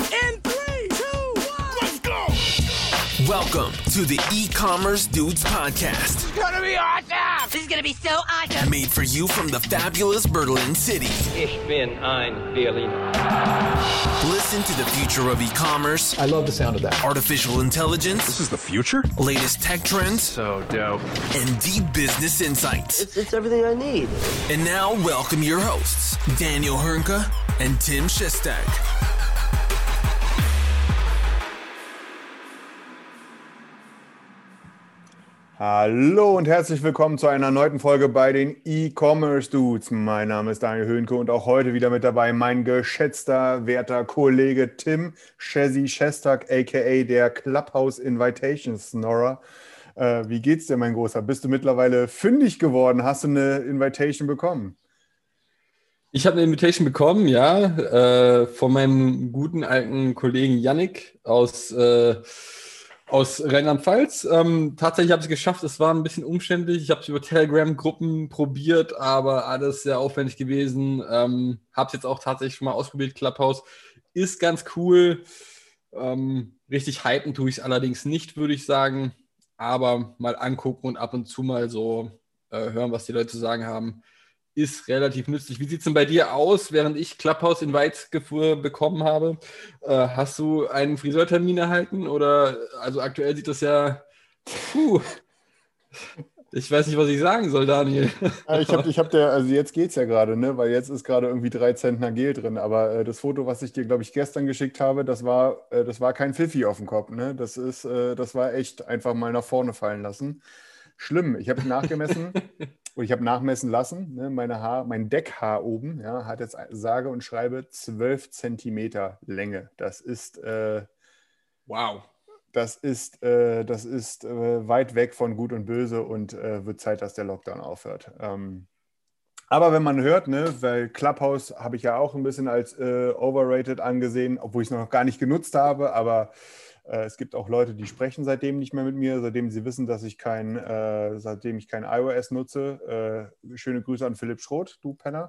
In 3, 2, 1, let's go! Welcome to the E-Commerce Dudes Podcast. It's gonna be awesome! This is gonna be so awesome! Made for you from the fabulous Berlin City. Ich bin ein Berliner. Listen to the future of e-commerce. I love the sound of that. Artificial intelligence. This is the future? Latest tech trends. So dope. And deep business insights. It's everything I need. And now, welcome your hosts, Daniel Hernke and Tim Shestak. Hallo und herzlich willkommen zu einer neuen Folge bei den E-Commerce Dudes. Mein Name ist Daniel Hönke und auch heute wieder mit dabei mein geschätzter, werter Kollege Tim Shesi Shestak, a.k.a. der Clubhouse Invitation Snorer. Wie geht's dir, mein Großer? Bist du mittlerweile fündig geworden? Hast du eine Invitation bekommen? Ich habe eine Invitation bekommen, ja, von meinem guten alten Kollegen Yannick aus Rheinland-Pfalz. Tatsächlich habe ich es geschafft, es war ein bisschen umständlich. Ich habe es über Telegram-Gruppen probiert, aber alles sehr aufwendig gewesen. Habe es jetzt auch tatsächlich schon mal ausprobiert, Clubhouse. Ist ganz cool. Richtig hypen tue ich es allerdings nicht, würde ich sagen. Aber mal angucken und ab und zu mal so hören, was die Leute zu sagen haben. Ist relativ nützlich. Wie sieht es denn bei dir aus, während ich Clubhouse Invites bekommen habe? Hast du einen Friseurtermin erhalten? Oder, also aktuell sieht das ja, ich weiß nicht, was ich sagen soll, Daniel. Also jetzt geht's ja gerade, ne? Weil jetzt ist gerade irgendwie 3 Zentner Gel drin. Aber das Foto, was ich dir, glaube ich, gestern geschickt habe, das war kein Pfiffi auf dem Kopf, ne? Das war echt einfach mal nach vorne fallen lassen. Schlimm. Ich habe nachgemessen. Und ich habe nachmessen lassen, ne, mein Deckhaar oben, ja, hat jetzt sage und schreibe 12 Zentimeter Länge. Das ist wow. Das ist weit weg von Gut und Böse und wird Zeit, dass der Lockdown aufhört. Aber wenn man hört, ne, weil Clubhouse habe ich ja auch ein bisschen als overrated angesehen, obwohl ich es noch gar nicht genutzt habe, aber es gibt auch Leute, die sprechen seitdem nicht mehr mit mir, seitdem sie wissen, dass ich seitdem ich kein iOS nutze. Schöne Grüße an Philipp Schroth, du Penner.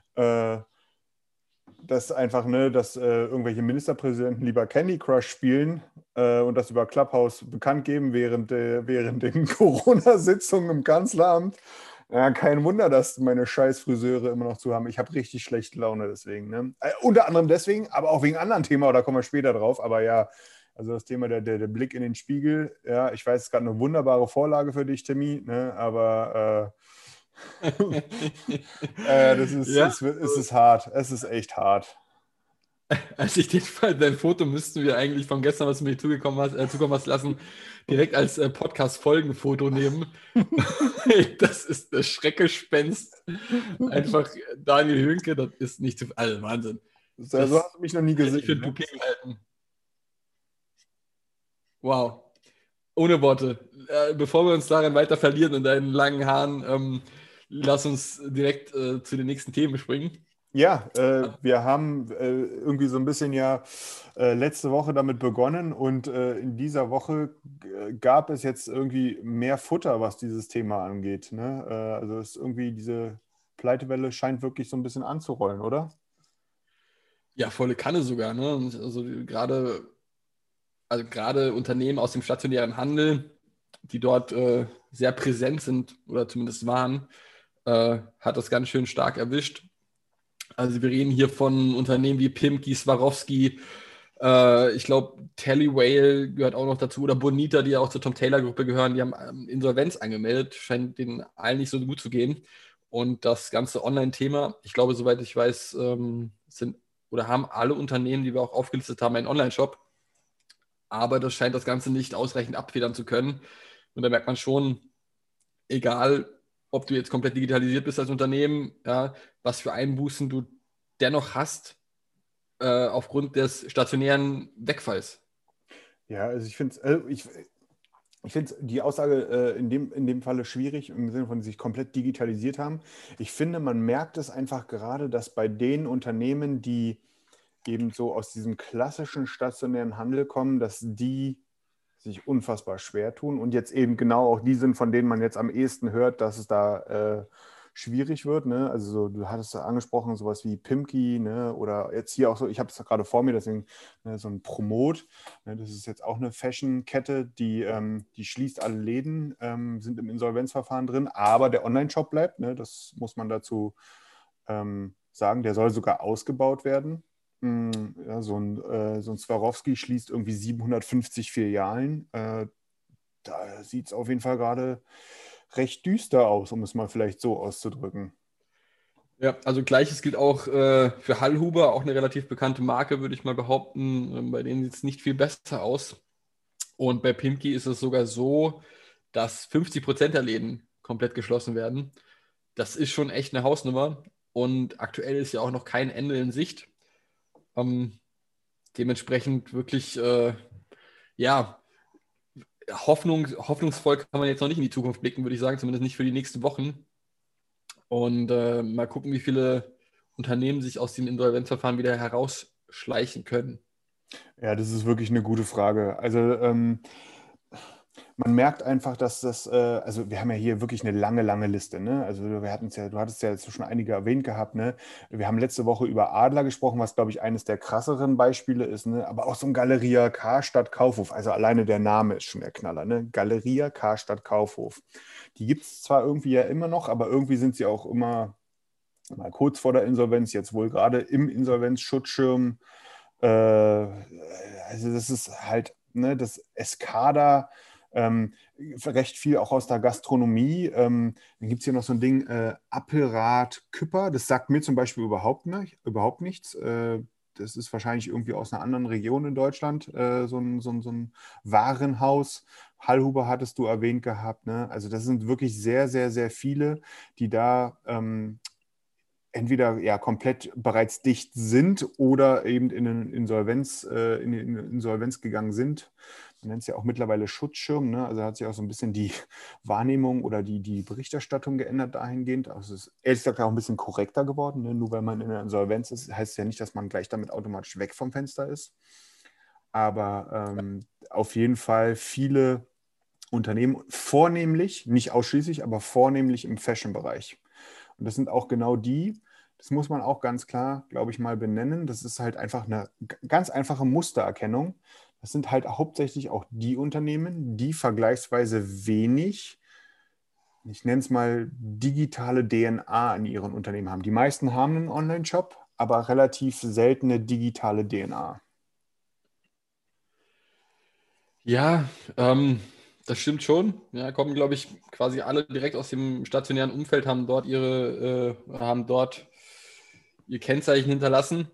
Dass einfach, ne, dass irgendwelche Ministerpräsidenten lieber Candy Crush spielen und das über Clubhouse bekannt geben während den Corona-Sitzungen im Kanzleramt. Ja, kein Wunder, dass meine scheiß Friseure immer noch zu haben. Ich habe richtig schlechte Laune deswegen. Ne? Unter anderem deswegen, aber auch wegen anderen Themen, da kommen wir später drauf. Aber ja, also das Thema der Blick in den Spiegel, ja, ich weiß, es ist gerade eine wunderbare Vorlage für dich, Timmy, ne, aber es ist hart, es ist echt hart. Als ich dein Foto müssten wir eigentlich von gestern, was du mir zukommen hast lassen, direkt als Podcast-Folgenfoto nehmen. Das ist das Schreckgespenst. Einfach Daniel Hönke, das ist nicht zu... Also Wahnsinn. So hast du mich noch nie gesehen. Ich finde Bouquet halten. Wow. Ohne Worte. Bevor wir uns daran weiter verlieren in deinen langen Haaren, lass uns direkt zu den nächsten Themen springen. Ja, wir haben irgendwie so ein bisschen letzte Woche damit begonnen und in dieser Woche gab es jetzt irgendwie mehr Futter, was dieses Thema angeht. Ne? Also ist irgendwie diese Pleitewelle scheint wirklich so ein bisschen anzurollen, oder? Ja, volle Kanne sogar. Ne? Und also gerade Unternehmen aus dem stationären Handel, die dort sehr präsent sind oder zumindest waren, hat das ganz schön stark erwischt. Also wir reden hier von Unternehmen wie Pimki, Swarovski, ich glaube Tallywhale gehört auch noch dazu oder Bonita, die ja auch zur Tom Taylor Gruppe gehören, die haben Insolvenz angemeldet, scheint denen allen nicht so gut zu gehen. Und das ganze Online-Thema, ich glaube, soweit ich weiß, haben alle Unternehmen, die wir auch aufgelistet haben, einen Online-Shop. Aber das scheint das Ganze nicht ausreichend abfedern zu können. Und da merkt man schon, egal, ob du jetzt komplett digitalisiert bist als Unternehmen, ja, was für Einbußen du dennoch hast, aufgrund des stationären Wegfalls. Ja, also ich finde die Aussage in dem Falle schwierig, im Sinne von, sich komplett digitalisiert haben. Ich finde, man merkt es einfach gerade, dass bei den Unternehmen, die eben so aus diesem klassischen stationären Handel kommen, dass die sich unfassbar schwer tun und jetzt eben genau auch die sind, von denen man jetzt am ehesten hört, dass es da schwierig wird. Ne? Also so, du hattest ja angesprochen, sowas wie Pimki, ne? Oder jetzt hier auch so, ich habe es gerade vor mir, deswegen ne, so ein Promot. Ne? Das ist jetzt auch eine Fashion-Kette, die schließt alle Läden, sind im Insolvenzverfahren drin, aber der Online-Shop bleibt. Ne? Das muss man dazu sagen, der soll sogar ausgebaut werden. Ja, so ein Swarovski schließt irgendwie 750 Filialen. Da sieht es auf jeden Fall gerade recht düster aus, um es mal vielleicht so auszudrücken. Ja, also Gleiches gilt auch für Hallhuber, auch eine relativ bekannte Marke, würde ich mal behaupten. Bei denen sieht es nicht viel besser aus. Und bei Pimki ist es sogar so, dass 50% der Läden komplett geschlossen werden. Das ist schon echt eine Hausnummer. Und aktuell ist ja auch noch kein Ende in Sicht. Dementsprechend wirklich, ja, hoffnungsvoll kann man jetzt noch nicht in die Zukunft blicken, würde ich sagen, zumindest nicht für die nächsten Wochen. Und mal gucken, wie viele Unternehmen sich aus den Insolvenzverfahren wieder herausschleichen können. Ja, das ist wirklich eine gute Frage. Also man merkt einfach, dass also wir haben ja hier wirklich eine lange, lange Liste. Ne? Also du hattest ja jetzt schon einige erwähnt gehabt. Ne? Wir haben letzte Woche über Adler gesprochen, was, glaube ich, eines der krasseren Beispiele ist. Ne? Aber auch so ein Galeria Karstadt Kaufhof. Also alleine der Name ist schon der Knaller. Ne? Galeria Karstadt Kaufhof. Die gibt es zwar irgendwie ja immer noch, aber irgendwie sind sie auch immer mal kurz vor der Insolvenz, jetzt wohl gerade im Insolvenzschutzschirm. Also das ist halt ne, das Escada, recht viel auch aus der Gastronomie. Dann gibt es hier noch so ein Ding, Appelrad Küpper. Das sagt mir zum Beispiel überhaupt nichts. Das ist wahrscheinlich irgendwie aus einer anderen Region in Deutschland, so ein Warenhaus. Hallhuber hattest du erwähnt gehabt. Ne? Also das sind wirklich sehr, sehr, sehr viele, die da entweder ja komplett bereits dicht sind oder eben in Insolvenz gegangen sind. Man nennt es ja auch mittlerweile Schutzschirm. Ne? Also hat sich auch so ein bisschen die Wahrnehmung oder die Berichterstattung geändert dahingehend. Also es ist ehrlich gesagt auch ein bisschen korrekter geworden. Ne? Nur weil man in der Insolvenz ist, heißt es ja nicht, dass man gleich damit automatisch weg vom Fenster ist. Aber auf jeden Fall viele Unternehmen, vornehmlich, nicht ausschließlich, aber vornehmlich im Fashion-Bereich. Und das sind auch genau die, das muss man auch ganz klar, glaube ich, mal benennen. Das ist halt einfach eine ganz einfache Mustererkennung. Das sind halt hauptsächlich auch die Unternehmen, die vergleichsweise wenig, ich nenne es mal digitale DNA in ihren Unternehmen haben. Die meisten haben einen Online-Shop, aber relativ seltene digitale DNA. Ja, das stimmt schon. Ja, kommen, glaube ich, quasi alle direkt aus dem stationären Umfeld, haben dort ihr Kennzeichen hinterlassen.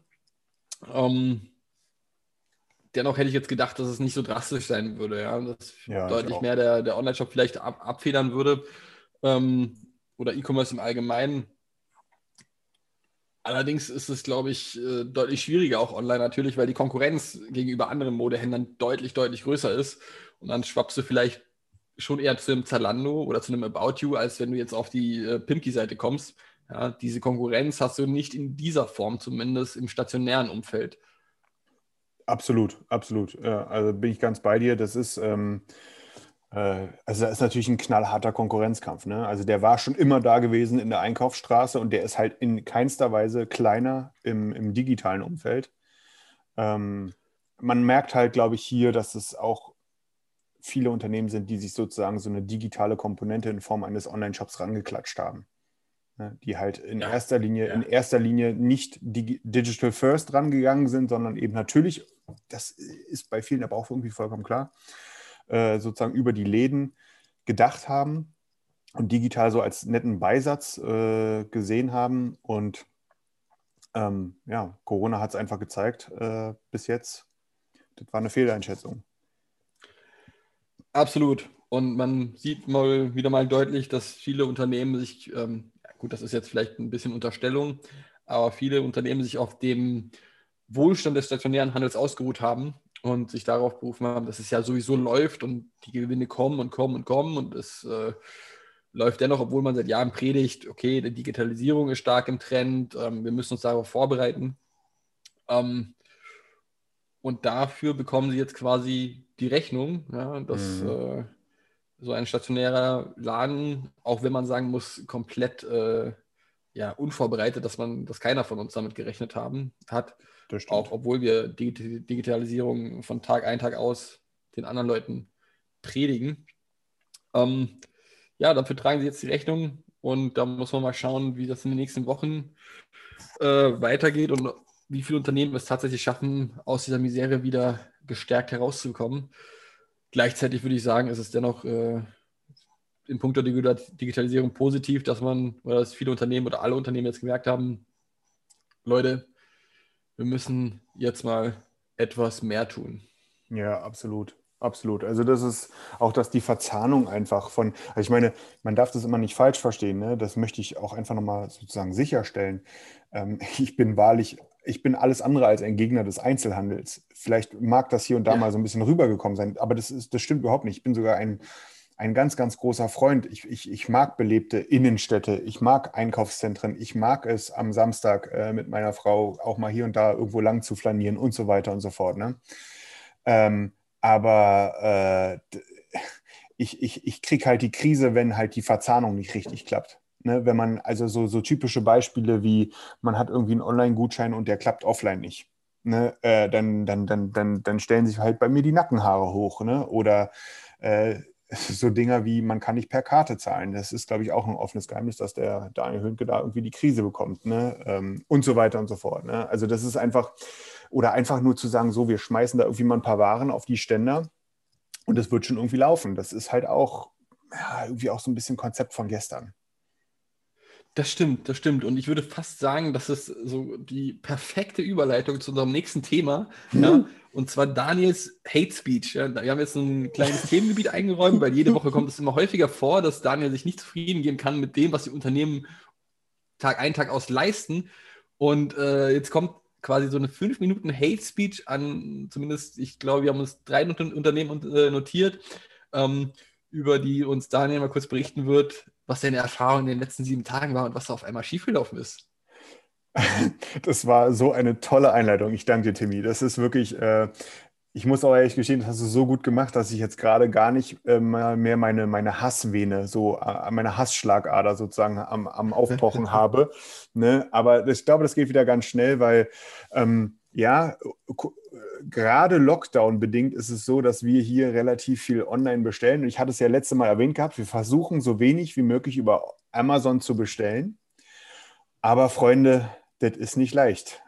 Dennoch hätte ich jetzt gedacht, dass es nicht so drastisch sein würde, ja, dass Ja, deutlich mehr der Online-Shop vielleicht abfedern würde oder E-Commerce im Allgemeinen. Allerdings ist es, glaube ich, deutlich schwieriger auch online natürlich, weil die Konkurrenz gegenüber anderen Modehändlern deutlich, deutlich größer ist. Und dann schwappst du vielleicht schon eher zu einem Zalando oder zu einem About You, als wenn du jetzt auf die Pimki-Seite kommst. Ja, diese Konkurrenz hast du nicht in dieser Form, zumindest im stationären Umfeld. Absolut, absolut. Ja, also bin ich ganz bei dir. Das ist, also da ist natürlich ein knallharter Konkurrenzkampf. Ne? Also der war schon immer da gewesen in der Einkaufsstraße und der ist halt in keinster Weise kleiner im digitalen Umfeld. Man merkt halt, glaube ich, hier, dass es auch viele Unternehmen sind, die sich sozusagen so eine digitale Komponente in Form eines Online-Shops rangeklatscht haben. Ne? Die halt in erster Linie nicht digital first rangegangen sind, sondern eben natürlich, das ist bei vielen aber auch irgendwie vollkommen klar, sozusagen über die Läden gedacht haben und digital so als netten Beisatz gesehen haben. Und ja, Corona hat es einfach gezeigt bis jetzt. Das war eine Fehleinschätzung. Absolut. Und man sieht wieder mal deutlich, dass viele Unternehmen sich, gut, das ist jetzt vielleicht ein bisschen Unterstellung, aber viele Unternehmen sich auf dem Wohlstand des stationären Handels ausgeruht haben und sich darauf berufen haben, dass es ja sowieso läuft und die Gewinne kommen und kommen und kommen und es läuft dennoch, obwohl man seit Jahren predigt, okay, die Digitalisierung ist stark im Trend, wir müssen uns darauf vorbereiten. Und dafür bekommen sie jetzt quasi die Rechnung, ja, dass so ein stationärer Laden, auch wenn man sagen muss, komplett unvorbereitet, dass keiner von uns damit gerechnet hat. Das stimmt. Auch obwohl wir Digitalisierung von Tag ein, Tag aus den anderen Leuten predigen. Dafür tragen sie jetzt die Rechnung und da muss man mal schauen, wie das in den nächsten Wochen weitergeht und wie viele Unternehmen es tatsächlich schaffen, aus dieser Misere wieder gestärkt herauszukommen. Gleichzeitig würde ich sagen, ist es dennoch in puncto Digitalisierung positiv, dass viele Unternehmen oder alle Unternehmen jetzt gemerkt haben, Leute, wir müssen jetzt mal etwas mehr tun. Ja, absolut. Absolut. Also das ist auch, dass die Verzahnung einfach also ich meine, man darf das immer nicht falsch verstehen, ne? Das möchte ich auch einfach nochmal sozusagen sicherstellen. Ich bin alles andere als ein Gegner des Einzelhandels. Vielleicht mag das hier und da mal so ein bisschen rübergekommen sein, aber das stimmt überhaupt nicht. Ich bin sogar ein ganz, ganz großer Freund. Ich mag belebte Innenstädte, ich mag Einkaufszentren, ich mag es am Samstag mit meiner Frau auch mal hier und da irgendwo lang zu flanieren und so weiter und so fort, ne? Aber ich kriege halt die Krise, wenn halt die Verzahnung nicht richtig klappt. Ne? Wenn man, also so typische Beispiele wie, man hat irgendwie einen Online-Gutschein und der klappt offline nicht. Ne? Dann stellen sich halt bei mir die Nackenhaare hoch. Ne? Oder so Dinger wie, man kann nicht per Karte zahlen. Das ist, glaube ich, auch ein offenes Geheimnis, dass der Daniel Höhnke da irgendwie die Krise bekommt. Ne? Und so weiter und so fort. Ne? Also das ist einfach... Oder einfach nur zu sagen, so, wir schmeißen da irgendwie mal ein paar Waren auf die Ständer und das wird schon irgendwie laufen. Das ist halt auch irgendwie auch so ein bisschen Konzept von gestern. Das stimmt. Und ich würde fast sagen, das ist so die perfekte Überleitung zu unserem nächsten Thema. Ja? Und zwar Daniels Hate Speech. Ja? Wir haben jetzt ein kleines Themengebiet eingeräumt, weil jede Woche kommt es immer häufiger vor, dass Daniel sich nicht zufrieden geben kann mit dem, was die Unternehmen Tag ein, Tag aus leisten. Und jetzt kommt quasi so eine 5 Minuten Hate Speech an, zumindest, ich glaube, wir haben uns 3 Unternehmen notiert, über die uns Daniel mal kurz berichten wird, was seine Erfahrung in den letzten 7 Tagen war und was da auf einmal schiefgelaufen ist. Das war so eine tolle Einleitung. Ich danke dir, Timmy. Das ist wirklich, ich muss auch ehrlich gestehen, das hast du so gut gemacht, dass ich jetzt gerade gar nicht mehr meine Hassvene, so meine Hassschlagader sozusagen am Aufpochen habe. Ne? Aber ich glaube, das geht wieder ganz schnell, weil gerade Lockdown-bedingt ist es so, dass wir hier relativ viel online bestellen. Und ich hatte es ja letztes Mal erwähnt gehabt, wir versuchen so wenig wie möglich über Amazon zu bestellen. Aber Freunde, das ist nicht leicht.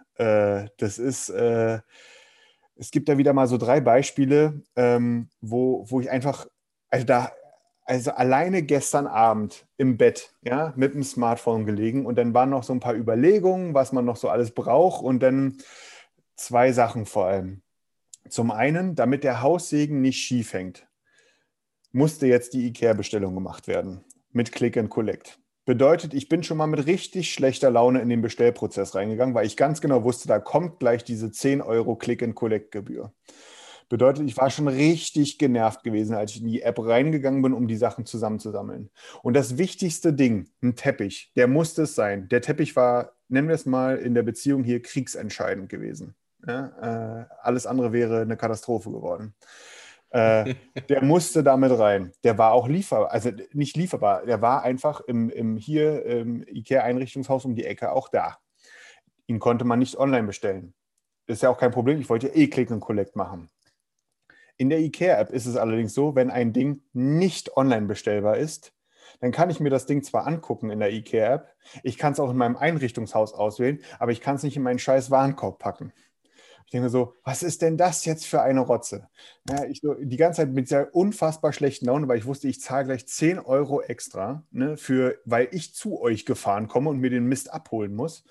Es gibt da wieder mal so 3 Beispiele, wo ich einfach, also alleine gestern Abend im Bett, ja, mit dem Smartphone gelegen und dann waren noch so ein paar Überlegungen, was man noch so alles braucht und dann 2 Sachen vor allem. Zum einen, damit der Haussegen nicht schief hängt, musste jetzt die IKEA-Bestellung gemacht werden mit Click and Collect. Bedeutet, ich bin schon mal mit richtig schlechter Laune in den Bestellprozess reingegangen, weil ich ganz genau wusste, da kommt gleich diese 10 € Click-and-Collect-Gebühr. Bedeutet, ich war schon richtig genervt gewesen, als ich in die App reingegangen bin, um die Sachen zusammenzusammeln. Und das wichtigste Ding, ein Teppich, der musste es sein. Der Teppich war, nennen wir es mal, in der Beziehung hier kriegsentscheidend gewesen. Ja, alles andere wäre eine Katastrophe geworden. Der musste damit rein. Der war auch lieferbar, also nicht lieferbar, der war einfach im IKEA-Einrichtungshaus um die Ecke auch da. Ihn konnte man nicht online bestellen. Ist ja auch kein Problem, ich wollte ja Click and Collect machen. In der IKEA-App ist es allerdings so, wenn ein Ding nicht online bestellbar ist, dann kann ich mir das Ding zwar angucken in der IKEA-App, ich kann es auch in meinem Einrichtungshaus auswählen, aber ich kann es nicht in meinen scheiß Warenkorb packen. Ich denke so, was ist denn das jetzt für eine Rotze? Ja, ich so, die ganze Zeit mit dieser unfassbar schlechten Laune, weil ich wusste, ich zahle gleich 10 € extra, ne, weil ich zu euch gefahren komme und mir den Mist abholen muss.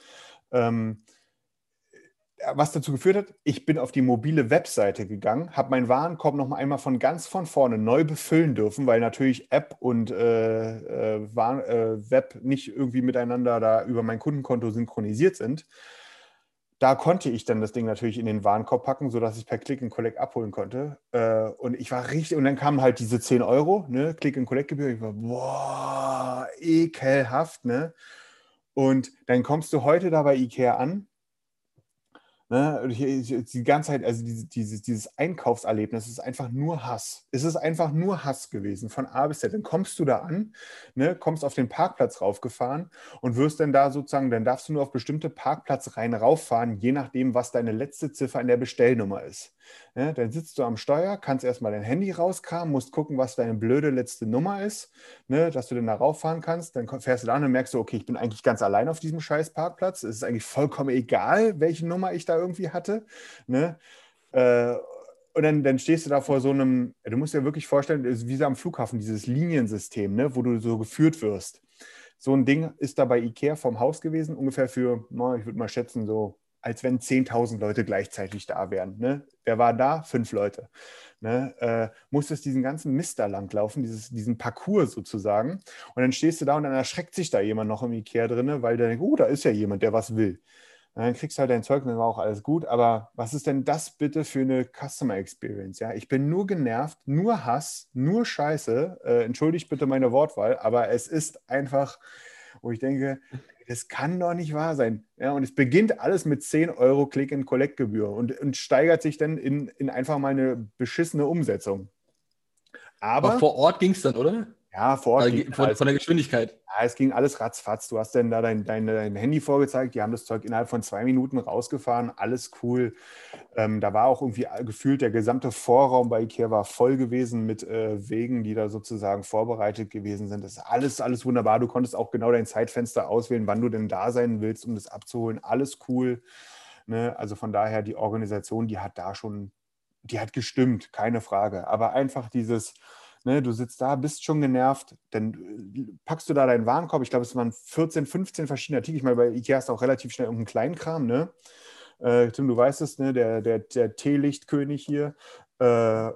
Was dazu geführt hat, ich bin auf die mobile Webseite gegangen, habe meinen Warenkorb noch mal einmal von vorne neu befüllen dürfen, weil natürlich App und Web nicht irgendwie miteinander da über mein Kundenkonto synchronisiert sind. Da konnte ich dann das Ding natürlich in den Warenkorb packen, sodass ich per Click and Collect abholen konnte. Und ich war richtig, und dann kamen halt diese 10 €, ne, Click and Collect Gebühr. Ich war, boah, ekelhaft, ne? Und dann kommst du heute da bei IKEA an Ne? Und die ganze Zeit, also dieses Einkaufserlebnis ist einfach nur Hass. Es ist einfach nur Hass gewesen, von A bis Z. Dann kommst du da an, ne, kommst auf den Parkplatz raufgefahren und wirst dann da sozusagen, dann darfst du nur auf bestimmte Parkplatzreihen rauffahren, je nachdem, was deine letzte Ziffer in der Bestellnummer ist. Ne? Dann sitzt du am Steuer, kannst erstmal dein Handy rauskramen, musst gucken, was deine blöde letzte Nummer ist, ne, dass du dann da rauffahren kannst. Dann fährst du da und merkst du, okay, ich bin eigentlich ganz allein auf diesem scheiß Parkplatz. Es ist eigentlich vollkommen egal, welche Nummer ich da irgendwie hatte. Ne? Und dann stehst du da vor so einem, du musst dir wirklich vorstellen, es ist wie so am Flughafen, dieses Liniensystem, ne, wo du so geführt wirst. So ein Ding ist da bei Ikea vom Haus gewesen, ungefähr für, ich würde mal schätzen, so als wenn 10.000 Leute gleichzeitig da wären. Ne? Wer war da? 5 Leute. Ne? Musstest diesen ganzen Mist da langlaufen, diesen Parcours sozusagen. Und dann stehst du da und dann erschreckt sich da jemand noch im Ikea drin, weil der denkt, da ist ja jemand, der was will. Und dann kriegst du halt dein Zeug und dann war auch alles gut. Aber was ist denn das bitte für eine Customer Experience? Ja? Ich bin nur genervt, nur Hass, nur Scheiße. Entschuldigt bitte meine Wortwahl, aber es ist einfach, wo ich denke, das kann doch nicht wahr sein. Ja, und es beginnt alles mit 10 Euro Click-and-Collect-Gebühr und steigert sich dann in einfach mal eine beschissene Umsetzung. Aber vor Ort ging es dann, oder? Ja, vor Ort. Von der Geschwindigkeit. Ja, es ging alles ratzfatz. Du hast dann da dein Handy vorgezeigt, die haben das Zeug innerhalb von 2 Minuten rausgefahren, alles cool. Da war auch irgendwie gefühlt, der gesamte Vorraum bei Ikea war voll gewesen mit Wegen, die da sozusagen vorbereitet gewesen sind. Das ist alles wunderbar. Du konntest auch genau dein Zeitfenster auswählen, wann du denn da sein willst, um das abzuholen. Alles cool. Ne? Also von daher, die Organisation, die hat gestimmt, keine Frage. Aber einfach dieses... Ne, du sitzt da, bist schon genervt, dann packst du da deinen Warenkorb. Ich glaube, es waren 14, 15 verschiedene Artikel. Ich meine, bei Ikea ist auch relativ schnell irgendein Kleinkram. Ne? Tim, du weißt es, ne? der Teelichtkönig hier. Ja.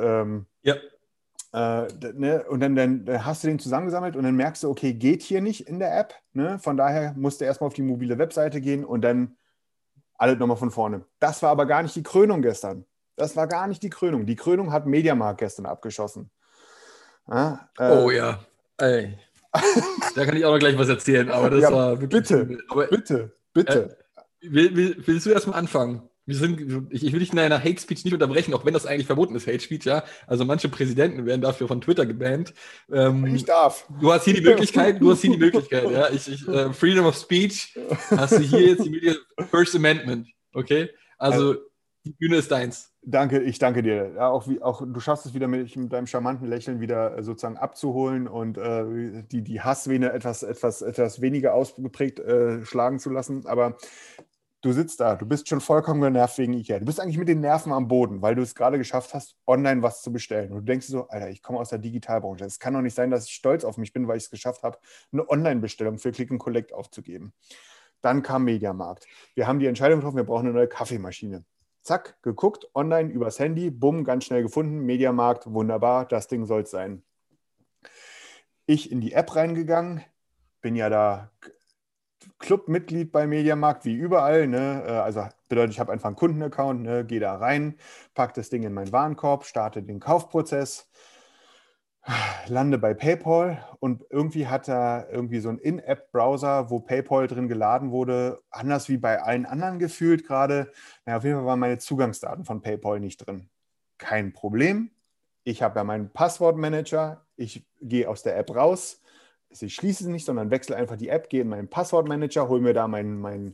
Ne? Und dann hast du den zusammengesammelt und dann merkst du, okay, geht hier nicht in der App. Ne? Von daher musst du erstmal auf die mobile Webseite gehen und dann alles nochmal von vorne. Das war aber gar nicht die Krönung gestern. Das war gar nicht die Krönung. Die Krönung hat MediaMarkt gestern abgeschossen. Ja, oh ja. Ey. Da kann ich auch noch gleich was erzählen, aber das war wirklich... Bitte. Willst du erstmal anfangen? Ich will dich in deiner Hate Speech nicht unterbrechen, auch wenn das eigentlich verboten ist, Hate Speech, ja. Also manche Präsidenten werden dafür von Twitter gebannt. Ich darf. Du hast hier die Möglichkeit, ja. Freedom of Speech hast du hier jetzt die Möglichkeit, First Amendment, okay? Also die Bühne ist deins. Danke, ich danke dir. Ja, auch du schaffst es wieder, mich mit deinem charmanten Lächeln wieder sozusagen abzuholen und die Hassvene etwas weniger ausgeprägt schlagen zu lassen. Aber du sitzt da, du bist schon vollkommen genervt wegen Ikea. Du bist eigentlich mit den Nerven am Boden, weil du es gerade geschafft hast, online was zu bestellen. Und du denkst so, Alter, ich komme aus der Digitalbranche. Es kann doch nicht sein, dass ich stolz auf mich bin, weil ich es geschafft habe, eine Online-Bestellung für Click and Collect aufzugeben. Dann kam MediaMarkt. Wir haben die Entscheidung getroffen, wir brauchen eine neue Kaffeemaschine. Zack, geguckt, online, übers Handy, bumm, ganz schnell gefunden, MediaMarkt, wunderbar, das Ding soll es sein. Ich in die App reingegangen, bin ja da Clubmitglied bei MediaMarkt, wie überall. Ne? Also bedeutet, ich habe einfach einen Kundenaccount, ne? Gehe da rein, packe das Ding in meinen Warenkorb, starte den Kaufprozess, lande bei PayPal und irgendwie hat er irgendwie so einen In-App-Browser, wo PayPal drin geladen wurde, anders wie bei allen anderen gefühlt gerade. Auf jeden Fall waren meine Zugangsdaten von PayPal nicht drin. Kein Problem. Ich habe ja meinen Passwortmanager. Ich gehe aus der App raus. Ich schließe es nicht, sondern wechsle einfach die App, gehe in meinen Passwortmanager, hole mir da mein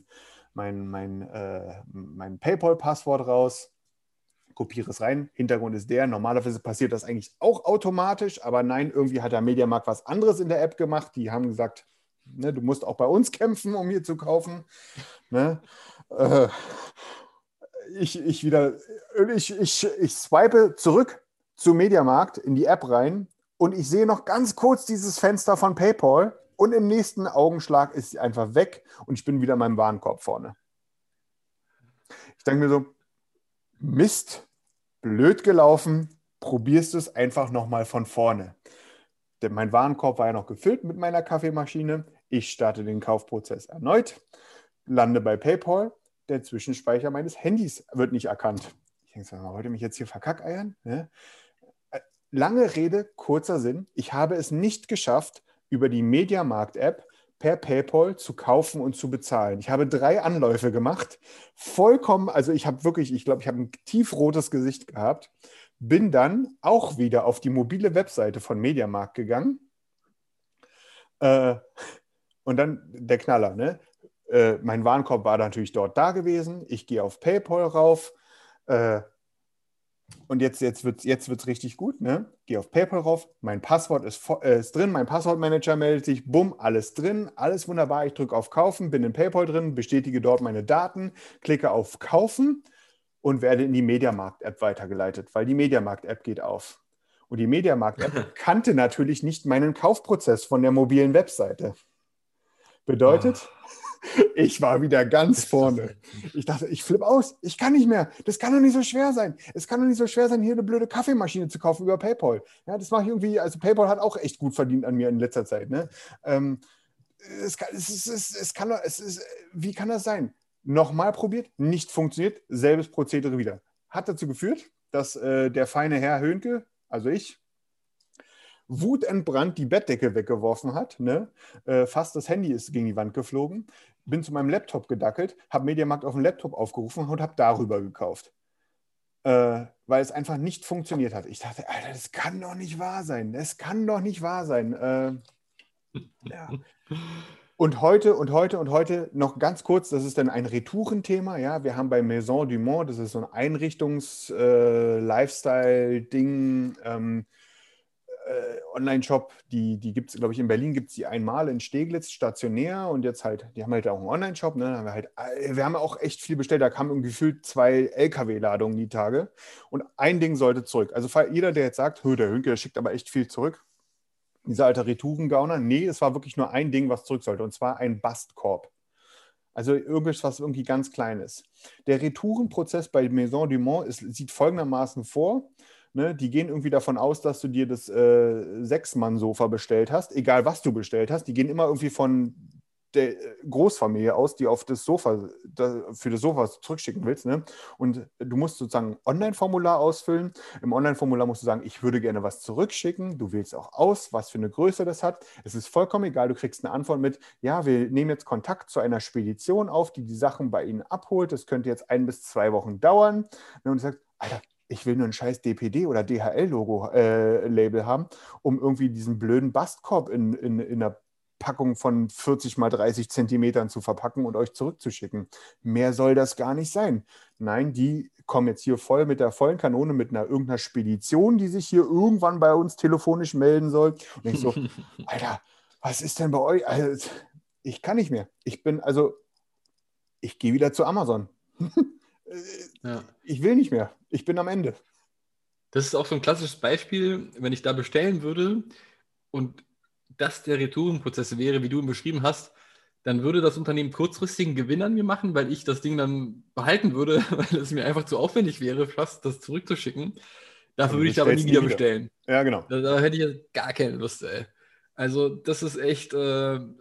PayPal-Passwort raus, kopiere es rein. Hintergrund ist der. Normalerweise passiert das eigentlich auch automatisch, aber nein, irgendwie hat der MediaMarkt was anderes in der App gemacht. Die haben gesagt, ne, du musst auch bei uns kämpfen, um hier zu kaufen. Ne? Ich swipe zurück zu MediaMarkt in die App rein und ich sehe noch ganz kurz dieses Fenster von PayPal und im nächsten Augenschlag ist sie einfach weg und ich bin wieder in meinem Warenkorb vorne. Ich denke mir so, Mist, blöd gelaufen, probierst du es einfach nochmal von vorne. Denn mein Warenkorb war ja noch gefüllt mit meiner Kaffeemaschine. Ich starte den Kaufprozess erneut, lande bei PayPal. Der Zwischenspeicher meines Handys wird nicht erkannt. Ich denke, sag mal, wollt ihr mich jetzt hier verkackeiern? Ne? Lange Rede, kurzer Sinn. Ich habe es nicht geschafft, über die MediaMarkt-App per PayPal zu kaufen und zu bezahlen. Ich habe 3 Anläufe gemacht, vollkommen, also ich glaube, ich habe ein tiefrotes Gesicht gehabt, bin dann auch wieder auf die mobile Webseite von MediaMarkt gegangen und dann der Knaller, ne? Mein Warenkorb war natürlich dort da gewesen, ich gehe auf PayPal rauf, und jetzt wird's richtig gut, ne? Gehe auf PayPal rauf, mein Passwort ist drin, mein Passwortmanager meldet sich, bumm, alles drin, alles wunderbar. Ich drücke auf Kaufen, bin in PayPal drin, bestätige dort meine Daten, klicke auf Kaufen und werde in die MediaMarkt-App weitergeleitet, weil die MediaMarkt-App geht auf. Und die MediaMarkt-App kannte natürlich nicht meinen Kaufprozess von der mobilen Webseite. Bedeutet, ich war wieder ganz vorne. Ich dachte, ich flippe aus. Ich kann nicht mehr. Das kann doch nicht so schwer sein. Es kann doch nicht so schwer sein, hier eine blöde Kaffeemaschine zu kaufen über PayPal. Ja, das mache ich irgendwie, also PayPal hat auch echt gut verdient an mir in letzter Zeit. Ne? Wie kann das sein? Nochmal probiert, nicht funktioniert, selbes Prozedere wieder. Hat dazu geführt, dass der feine Herr Höhnke, also ich, wutentbrannt die Bettdecke weggeworfen hat, ne? Fast das Handy ist gegen die Wand geflogen, bin zu meinem Laptop gedackelt, habe MediaMarkt auf dem Laptop aufgerufen und habe darüber gekauft. Weil es einfach nicht funktioniert hat. Ich dachte, Alter, das kann doch nicht wahr sein. Das kann doch nicht wahr sein. Ja. Und heute noch ganz kurz, das ist dann ein Retourenthema. Ja? Wir haben bei Maison du Monde, das ist so ein Einrichtungs-Lifestyle-Ding, Online-Shop, die gibt es, glaube ich, in Berlin gibt es die einmal in Steglitz stationär und jetzt halt, die haben halt auch einen Online-Shop, ne? Wir haben auch echt viel bestellt, da kamen irgendwie gefühlt 2 LKW-Ladungen die Tage und ein Ding sollte zurück. Also jeder, der jetzt sagt, der Höhnke, der schickt aber echt viel zurück, dieser alte Retourengauner, nee, es war wirklich nur ein Ding, was zurück sollte und zwar ein Bastkorb. Also irgendwas, was irgendwie ganz klein ist. Der Retourenprozess bei Maison du Monde sieht folgendermaßen vor. Ne, die gehen irgendwie davon aus, dass du dir das 6-Mann-Sofa bestellt hast, egal was du bestellt hast. Die gehen immer irgendwie von der Großfamilie aus, die auf das Sofa, für das Sofa zurückschicken willst. Ne? Und du musst sozusagen ein Online-Formular ausfüllen. Im Online-Formular musst du sagen, ich würde gerne was zurückschicken. Du wählst auch aus, was für eine Größe das hat. Es ist vollkommen egal, du kriegst eine Antwort mit, ja, wir nehmen jetzt Kontakt zu einer Spedition auf, die Sachen bei Ihnen abholt. Das könnte jetzt 1 bis 2 Wochen dauern. Und du sagst, Alter, ich will nur ein scheiß DPD oder DHL-Logo-Label haben, um irgendwie diesen blöden Bastkorb in einer Packung von 40 mal 30 Zentimetern zu verpacken und euch zurückzuschicken. Mehr soll das gar nicht sein. Nein, die kommen jetzt hier voll mit der vollen Kanone mit irgendeiner Spedition, die sich hier irgendwann bei uns telefonisch melden soll. Und ich so, Alter, was ist denn bei euch? Also, ich kann nicht mehr. Ich gehe wieder zu Amazon. Ja. Ich will nicht mehr. Ich bin am Ende. Das ist auch so ein klassisches Beispiel, wenn ich da bestellen würde und das der Retourenprozess wäre, wie du ihn beschrieben hast, dann würde das Unternehmen kurzfristigen Gewinn an mir machen, weil ich das Ding dann behalten würde, weil es mir einfach zu aufwendig wäre, fast das zurückzuschicken. Dafür würde ich aber nie wieder bestellen. Ja, genau. Da hätte ich jetzt gar keine Lust, ey. Also das ist echt, in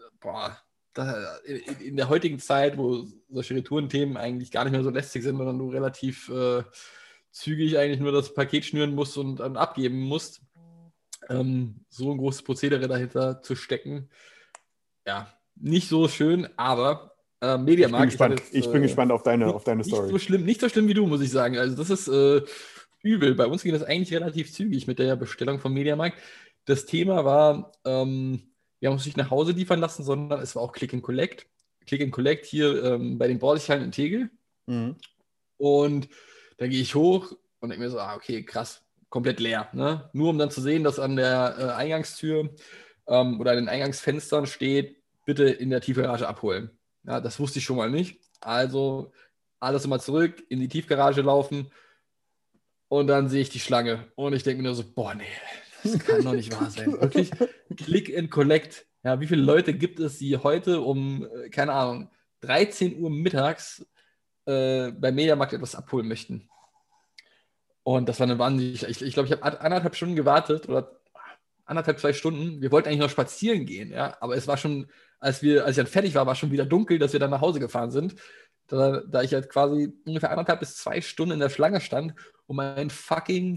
der heutigen Zeit, wo solche Retourenthemen eigentlich gar nicht mehr so lästig sind, sondern du relativ zügig eigentlich nur das Paket schnüren musst und dann abgeben musst, so ein großes Prozedere dahinter zu stecken, ja, nicht so schön, aber MediaMarkt. Ich bin gespannt auf deine Story. Nicht so schlimm wie du, muss ich sagen. Also das ist übel. Bei uns ging das eigentlich relativ zügig mit der Bestellung von MediaMarkt. Das Thema war, wir haben uns nicht nach Hause liefern lassen, sondern es war auch Click and Collect. Click and Collect hier bei den Borsighallen in Tegel. Mhm. Und da gehe ich hoch und denke mir so, okay, krass, komplett leer. Ne? Nur um dann zu sehen, dass an der Eingangstür oder an den Eingangsfenstern steht, bitte in der Tiefgarage abholen. Ja, das wusste ich schon mal nicht. Also alles immer zurück, in die Tiefgarage laufen und dann sehe ich die Schlange. Und ich denke mir nur so, boah, nee, das kann doch nicht wahr sein. Wirklich, Click and Collect. Ja, wie viele Leute gibt es, die heute um, keine Ahnung, 13 Uhr mittags bei MediaMarkt etwas abholen möchten? Und das war eine wahnsinnig, ich glaube, ich habe 1,5 Stunden gewartet oder 1,5, 2 Stunden. Wir wollten eigentlich noch spazieren gehen, ja, aber es war schon, als ich dann fertig war schon wieder dunkel, dass wir dann nach Hause gefahren sind. Da ich halt quasi ungefähr 1,5 bis 2 Stunden in der Schlange stand, um einen fucking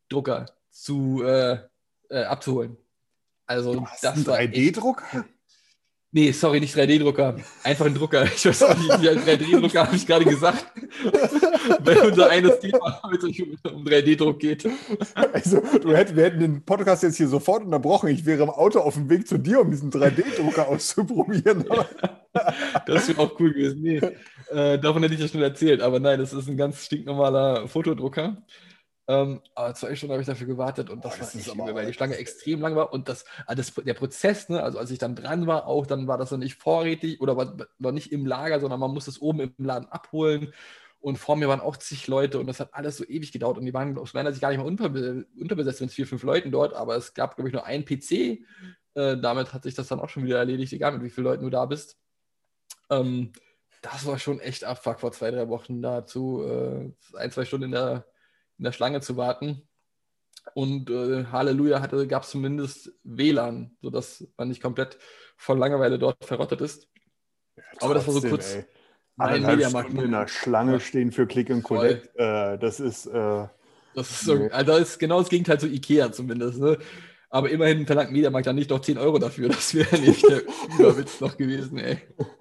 3D-Drucker abzuholen. Also das einen 3D-Drucker? Nee, sorry, nicht 3D-Drucker. Einfach ein Drucker. Ich weiß auch nicht, wie ein 3D-Drucker habe ich gerade gesagt. Weil unser eines Thema heute um 3D-Druck geht. Also, wir hätten den Podcast jetzt hier sofort unterbrochen. Ich wäre im Auto auf dem Weg zu dir, um diesen 3D-Drucker auszuprobieren. Das wäre auch cool gewesen. Nee, davon hätte ich ja schon erzählt. Aber nein, das ist ein ganz stinknormaler Fotodrucker. Aber 2 Stunden habe ich dafür gewartet und das war echt übel, weil die Schlange extrem lang war und der Prozess, ne, also als ich dann dran war, auch dann war das noch nicht vorrätig oder war nicht im Lager, sondern man musste es oben im Laden abholen und vor mir waren auch zig Leute und das hat alles so ewig gedauert und die waren aus meiner Sicht gar nicht mal unterbesetzt mit 4, 5 Leuten dort, aber es gab, glaube ich, nur einen PC. Damit hat sich das dann auch schon wieder erledigt, egal mit wie vielen Leuten du da bist. Das war schon echt Abfuck vor 2, 3 Wochen dazu 1, 2 Stunden in der Schlange zu warten. Und Halleluja gab es zumindest WLAN, sodass man nicht komplett von Langeweile dort verrottet ist. Ja, aber das war so kurz. Ey. 1,5 Stunden in der Schlange stehen für Click and Collect. Das ist so, also das ist genau das Gegenteil zu Ikea zumindest. Ne? Aber immerhin verlangt Mediamarkt dann nicht noch 10 Euro dafür. Das wäre nicht der Überwitz noch gewesen, ey.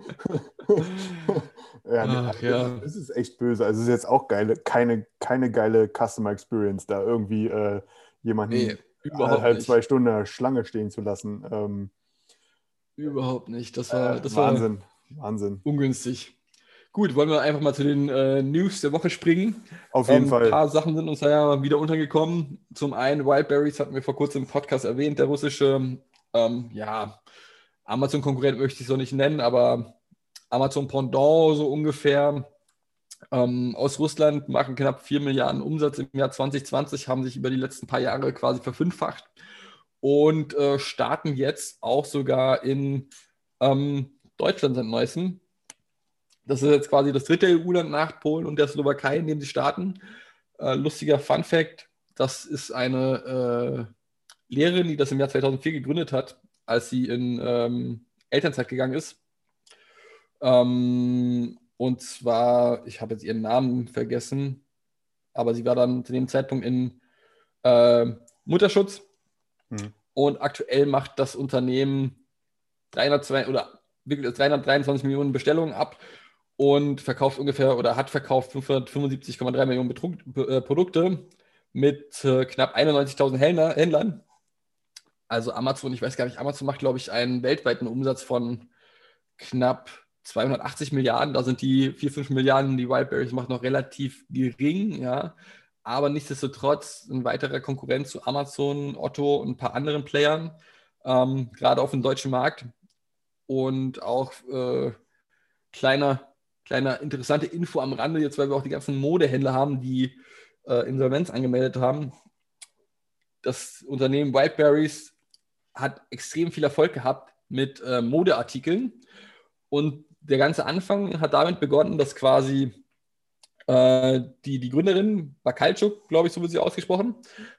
Ja. Das ist echt böse. Also es ist jetzt auch keine geile Customer Experience, da irgendwie jemanden 2 Stunden in der Schlange stehen zu lassen. Überhaupt nicht. Das Wahnsinn. Ungünstig. Gut, wollen wir einfach mal zu den News der Woche springen. Auf jeden Fall. Ein paar Sachen sind uns da ja wieder untergekommen. Zum einen Wildberries hatten wir vor kurzem im Podcast erwähnt, der russische Amazon-Konkurrent möchte ich so nicht nennen, aber Amazon Pendant so ungefähr. Aus Russland machen knapp 4 Milliarden Umsatz im Jahr 2020, haben sich über die letzten paar Jahre quasi verfünffacht und starten jetzt auch sogar in Deutschland seit Neuestem. Das ist jetzt quasi das 3. EU-Land nach Polen und der Slowakei, in dem sie starten. Lustiger Fun-Fact, das ist eine Lehrerin, die das im Jahr 2004 gegründet hat, als sie in Elternzeit gegangen ist. Und zwar, ich habe jetzt ihren Namen vergessen, aber sie war dann zu dem Zeitpunkt in Mutterschutz und aktuell macht das Unternehmen 323 Millionen Bestellungen ab und verkauft hat verkauft 575,3 Millionen Produkte mit knapp 91.000 Händlern. Also Amazon, ich weiß gar nicht, Amazon macht, glaube ich, einen weltweiten Umsatz von knapp 280 Milliarden. Da sind die 4, 5 Milliarden, die Wildberries macht, noch relativ gering, ja. Aber nichtsdestotrotz ein weiterer Konkurrent zu Amazon, Otto und ein paar anderen Playern, gerade auf dem deutschen Markt. Und auch kleiner interessante Info am Rande, jetzt weil wir auch die ganzen Modehändler haben, die Insolvenz angemeldet haben. Das Unternehmen Wildberries hat extrem viel Erfolg gehabt mit Modeartikeln und der ganze Anfang hat damit begonnen, dass quasi die Gründerin, Bakaltschuk, glaube ich, so wird sie ausgesprochen,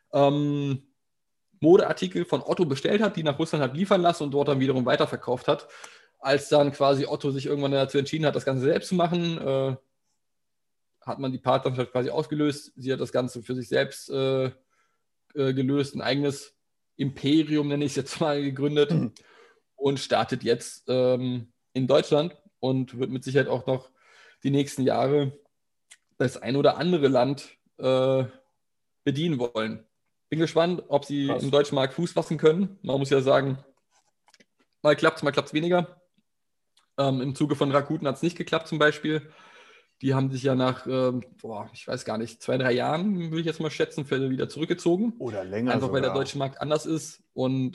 Modeartikel von Otto bestellt hat, die nach Russland hat liefern lassen und dort dann wiederum weiterverkauft hat. Als dann quasi Otto sich irgendwann dazu entschieden hat, das Ganze selbst zu machen, hat man die Partnerschaft quasi ausgelöst. Sie hat das Ganze für sich selbst gelöst, ein eigenes Imperium, nenne ich es jetzt mal, gegründet und startet jetzt in Deutschland und wird mit Sicherheit auch noch die nächsten Jahre das ein oder andere Land bedienen wollen. Bin gespannt, ob sie im deutschen Markt Fuß fassen können. Man muss ja sagen, mal klappt es weniger. Im Zuge von Rakuten hat es nicht geklappt zum Beispiel. Die haben sich ja nach, ich weiß gar nicht, 2, 3 Jahren, würde ich jetzt mal schätzen, wieder zurückgezogen. Oder länger einfach, sogar. Weil der deutsche Markt anders ist und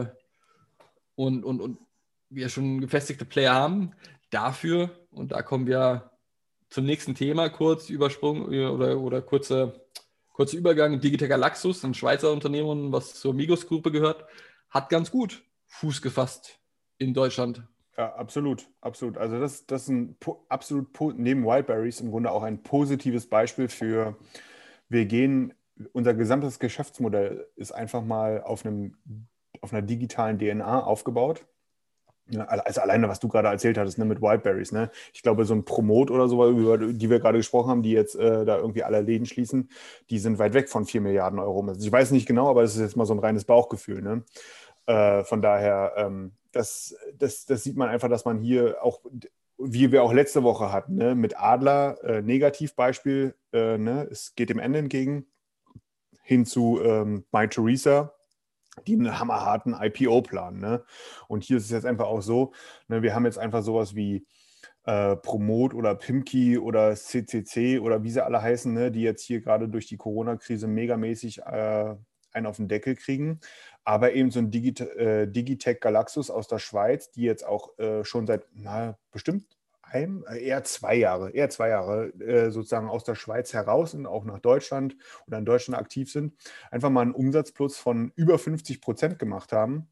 wir schon gefestigte Player haben. Dafür, und da kommen wir zum nächsten Thema, kurz Übersprung oder kurzer Übergang. Digital Galaxus, ein Schweizer Unternehmen, was zur Migros-Gruppe gehört, hat ganz gut Fuß gefasst in Deutschland. Ja, absolut. Also das ist ein neben Wildberries im Grunde auch ein positives Beispiel für, unser gesamtes Geschäftsmodell ist einfach mal auf einer digitalen DNA aufgebaut. Ja, also alleine, was du gerade erzählt hattest, ne, mit Wildberries, ne? Ich glaube, so ein Promote oder so, über die wir gerade gesprochen haben, die jetzt da irgendwie alle Läden schließen, die sind weit weg von 4 Milliarden Euro. Also ich weiß nicht genau, aber das ist jetzt mal so ein reines Bauchgefühl, ne? Von daher, das sieht man einfach, dass man hier auch, wie wir auch letzte Woche hatten, ne, mit Adler, Negativbeispiel, ne, es geht dem Ende entgegen, hin zu My Theresa, die einen hammerharten IPO-Plan. Ne? Und hier ist es jetzt einfach auch so, ne, wir haben jetzt einfach sowas wie Promote oder Pimki oder CCC oder wie sie alle heißen, ne, die jetzt hier gerade durch die Corona-Krise megamäßig einen auf den Deckel kriegen. Aber eben so ein Digitec Galaxus aus der Schweiz, die jetzt auch schon seit bestimmt eher 2 Jahre sozusagen aus der Schweiz heraus und auch nach Deutschland oder in Deutschland aktiv sind, einfach mal einen Umsatzplus von über 50% gemacht haben.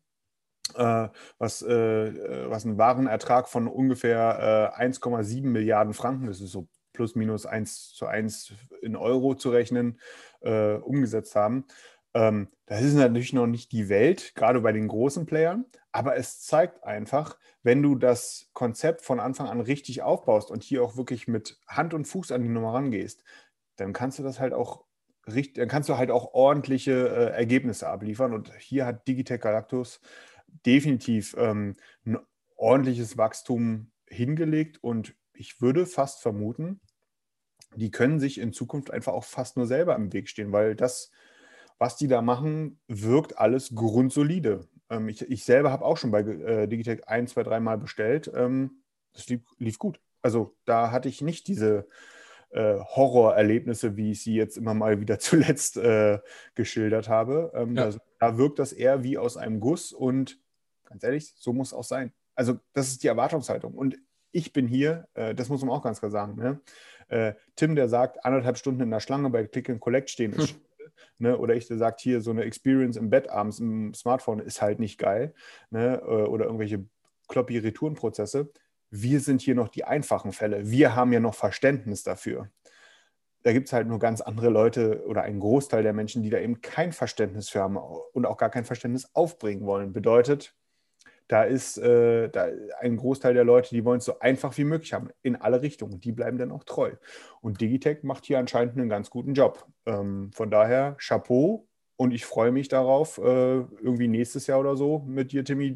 Was einen Warenertrag von ungefähr 1,7 Milliarden Franken, das ist so plus minus 1:1 in Euro zu rechnen, umgesetzt haben. Das ist natürlich noch nicht die Welt, gerade bei den großen Playern, aber es zeigt einfach, wenn du das Konzept von Anfang an richtig aufbaust und hier auch wirklich mit Hand und Fuß an die Nummer rangehst, dann kannst du das halt auch dann kannst du halt auch ordentliche Ergebnisse abliefern. Und hier hat Digitec Galactus definitiv ein ordentliches Wachstum hingelegt und ich würde fast vermuten, die können sich in Zukunft einfach auch fast nur selber im Weg stehen, weil das, was die da machen, wirkt alles grundsolide. Ich selber habe auch schon bei Digitec 1, 2, 3 Mal bestellt. Das lief gut. Also da hatte ich nicht diese Horrorerlebnisse, wie ich sie jetzt immer mal wieder zuletzt geschildert habe. Da wirkt das eher wie aus einem Guss und ganz ehrlich, so muss es auch sein. Also das ist die Erwartungshaltung. Und ich bin hier, das muss man auch ganz klar sagen, ne? Tim, der sagt, 1,5 Stunden in der Schlange bei Click and Collect stehen ist ne? Oder ich, der sagt, hier so eine Experience im Bett abends im Smartphone ist halt nicht geil, ne? Oder irgendwelche kloppy Retourenprozesse. Wir sind hier noch die einfachen Fälle. Wir haben ja noch Verständnis dafür. Da gibt es halt nur ganz andere Leute oder einen Großteil der Menschen, die da eben kein Verständnis für haben und auch gar kein Verständnis aufbringen wollen. Bedeutet, da ist da ein Großteil der Leute, die wollen es so einfach wie möglich haben, in alle Richtungen. Die bleiben dann auch treu. Und Digitec macht hier anscheinend einen ganz guten Job. Von daher Chapeau und ich freue mich darauf, irgendwie nächstes Jahr oder so mit dir, Timmy,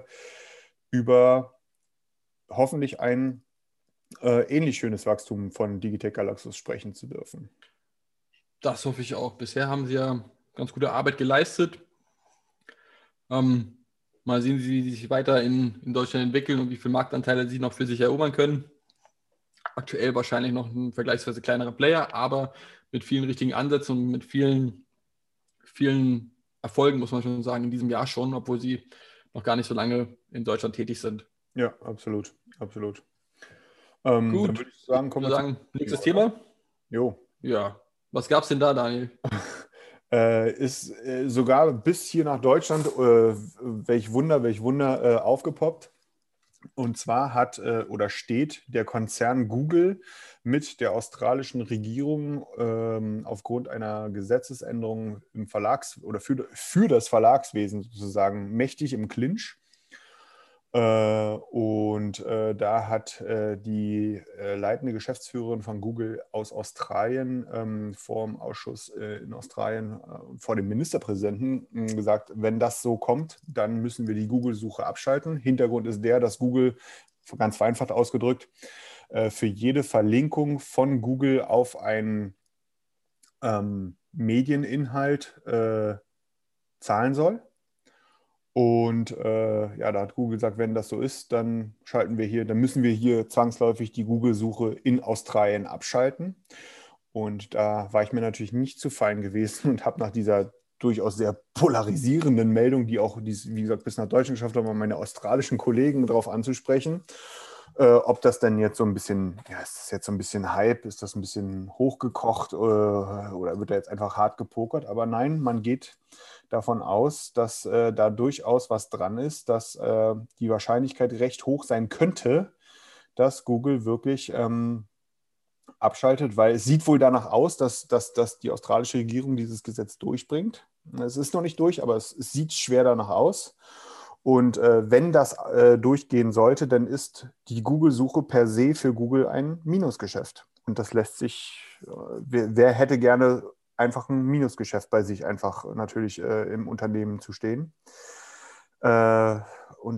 über hoffentlich ein ähnlich schönes Wachstum von Digitec Galaxus sprechen zu dürfen. Das hoffe ich auch. Bisher haben sie ja ganz gute Arbeit geleistet. Mal sehen, wie sie sich weiter in Deutschland entwickeln und wie viele Marktanteile sie noch für sich erobern können. Aktuell wahrscheinlich noch ein vergleichsweise kleinerer Player, aber mit vielen richtigen Ansätzen und mit vielen Erfolgen, muss man schon sagen, in diesem Jahr schon, obwohl sie noch gar nicht so lange in Deutschland tätig sind. Ja, absolut. Absolut. Gut, dann würde ich sagen, kommen wir zum nächstes Thema. Jo. Ja, was gab es denn da, Daniel? Ist sogar bis hier nach Deutschland, welch Wunder, aufgepoppt. Und zwar hat oder steht der Konzern Google mit der australischen Regierung aufgrund einer Gesetzesänderung im oder für das Verlagswesen sozusagen mächtig im Clinch. Da hat die leitende Geschäftsführerin von Google aus Australien vor dem Ausschuss in Australien vor dem Ministerpräsidenten gesagt, wenn das so kommt, dann müssen wir die Google-Suche abschalten. Hintergrund ist der, dass Google, ganz vereinfacht ausgedrückt, für jede Verlinkung von Google auf einen Medieninhalt zahlen soll. Und da hat Google gesagt, wenn das so ist, dann müssen wir hier zwangsläufig die Google-Suche in Australien abschalten. Und da war ich mir natürlich nicht zu fein gewesen und habe nach dieser durchaus sehr polarisierenden Meldung, die auch, wie gesagt, bis nach Deutschland geschafft haben, meine australischen Kollegen darauf anzusprechen, ob das denn jetzt so ein bisschen, ist das jetzt so ein bisschen Hype, ist das ein bisschen hochgekocht oder wird da jetzt einfach hart gepokert? Aber nein, man geht davon aus, dass da durchaus was dran ist, dass die Wahrscheinlichkeit recht hoch sein könnte, dass Google wirklich abschaltet, weil es sieht wohl danach aus, dass die australische Regierung dieses Gesetz durchbringt. Es ist noch nicht durch, aber es sieht schwer danach aus. Und wenn das durchgehen sollte, dann ist die Google-Suche per se für Google ein Minusgeschäft. Und das lässt sich, wer hätte gerne einfach ein Minusgeschäft bei sich einfach natürlich im Unternehmen zu stehen. Und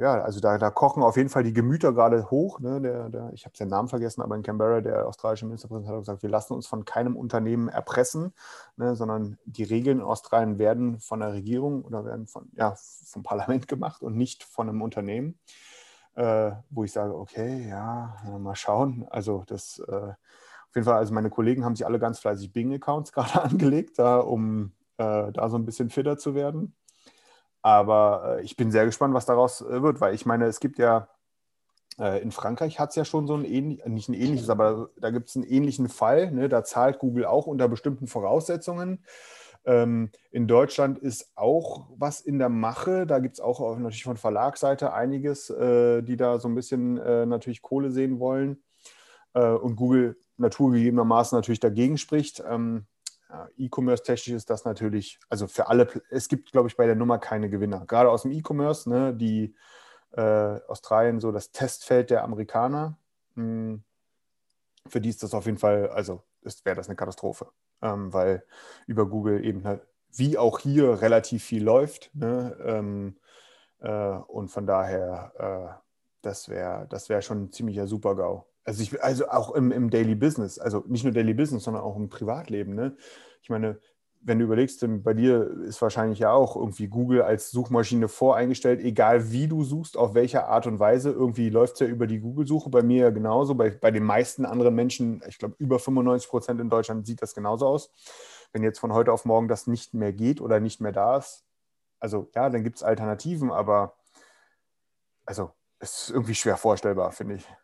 ja, also da kochen auf jeden Fall die Gemüter gerade hoch. Ne? Ich habe seinen Namen vergessen, aber in Canberra, der australische Ministerpräsident, hat gesagt, wir lassen uns von keinem Unternehmen erpressen, ne, sondern die Regeln in Australien werden von der Regierung oder werden vom Parlament gemacht und nicht von einem Unternehmen. Wo ich sage, okay, ja, mal schauen. Also das auf jeden Fall, also meine Kollegen haben sich alle ganz fleißig Bing-Accounts gerade angelegt, um da so ein bisschen fitter zu werden. Aber ich bin sehr gespannt, was daraus wird, weil ich meine, es gibt ja, in Frankreich hat es ja schon so nicht ein ähnliches, aber da gibt es einen ähnlichen Fall, ne? Da zahlt Google auch unter bestimmten Voraussetzungen. In Deutschland ist auch was in der Mache, da gibt es auch natürlich von Verlagsseite einiges, die da so ein bisschen natürlich Kohle sehen wollen und Google naturgegebenermaßen natürlich dagegen spricht. E-Commerce-technisch ist das natürlich, also für alle, es gibt, glaube ich, bei der Nummer keine Gewinner. Gerade aus dem E-Commerce, ne, die Australien so das Testfeld der Amerikaner, für die ist das auf jeden Fall, also wäre das eine Katastrophe, weil über Google eben halt, wie auch hier relativ viel läuft, ne, und von daher, das wär schon ein ziemlicher Super-GAU. Also auch im Daily Business, also nicht nur Daily Business, sondern auch im Privatleben. Ne? Ich meine, wenn du überlegst, bei dir ist wahrscheinlich ja auch irgendwie Google als Suchmaschine voreingestellt, egal wie du suchst, auf welche Art und Weise, irgendwie läuft es ja über die Google-Suche, bei mir ja genauso, bei den meisten anderen Menschen, ich glaube über 95% in Deutschland sieht das genauso aus. Wenn jetzt von heute auf morgen das nicht mehr geht oder nicht mehr da ist, also ja, dann gibt es Alternativen, aber also es ist irgendwie schwer vorstellbar, finde ich.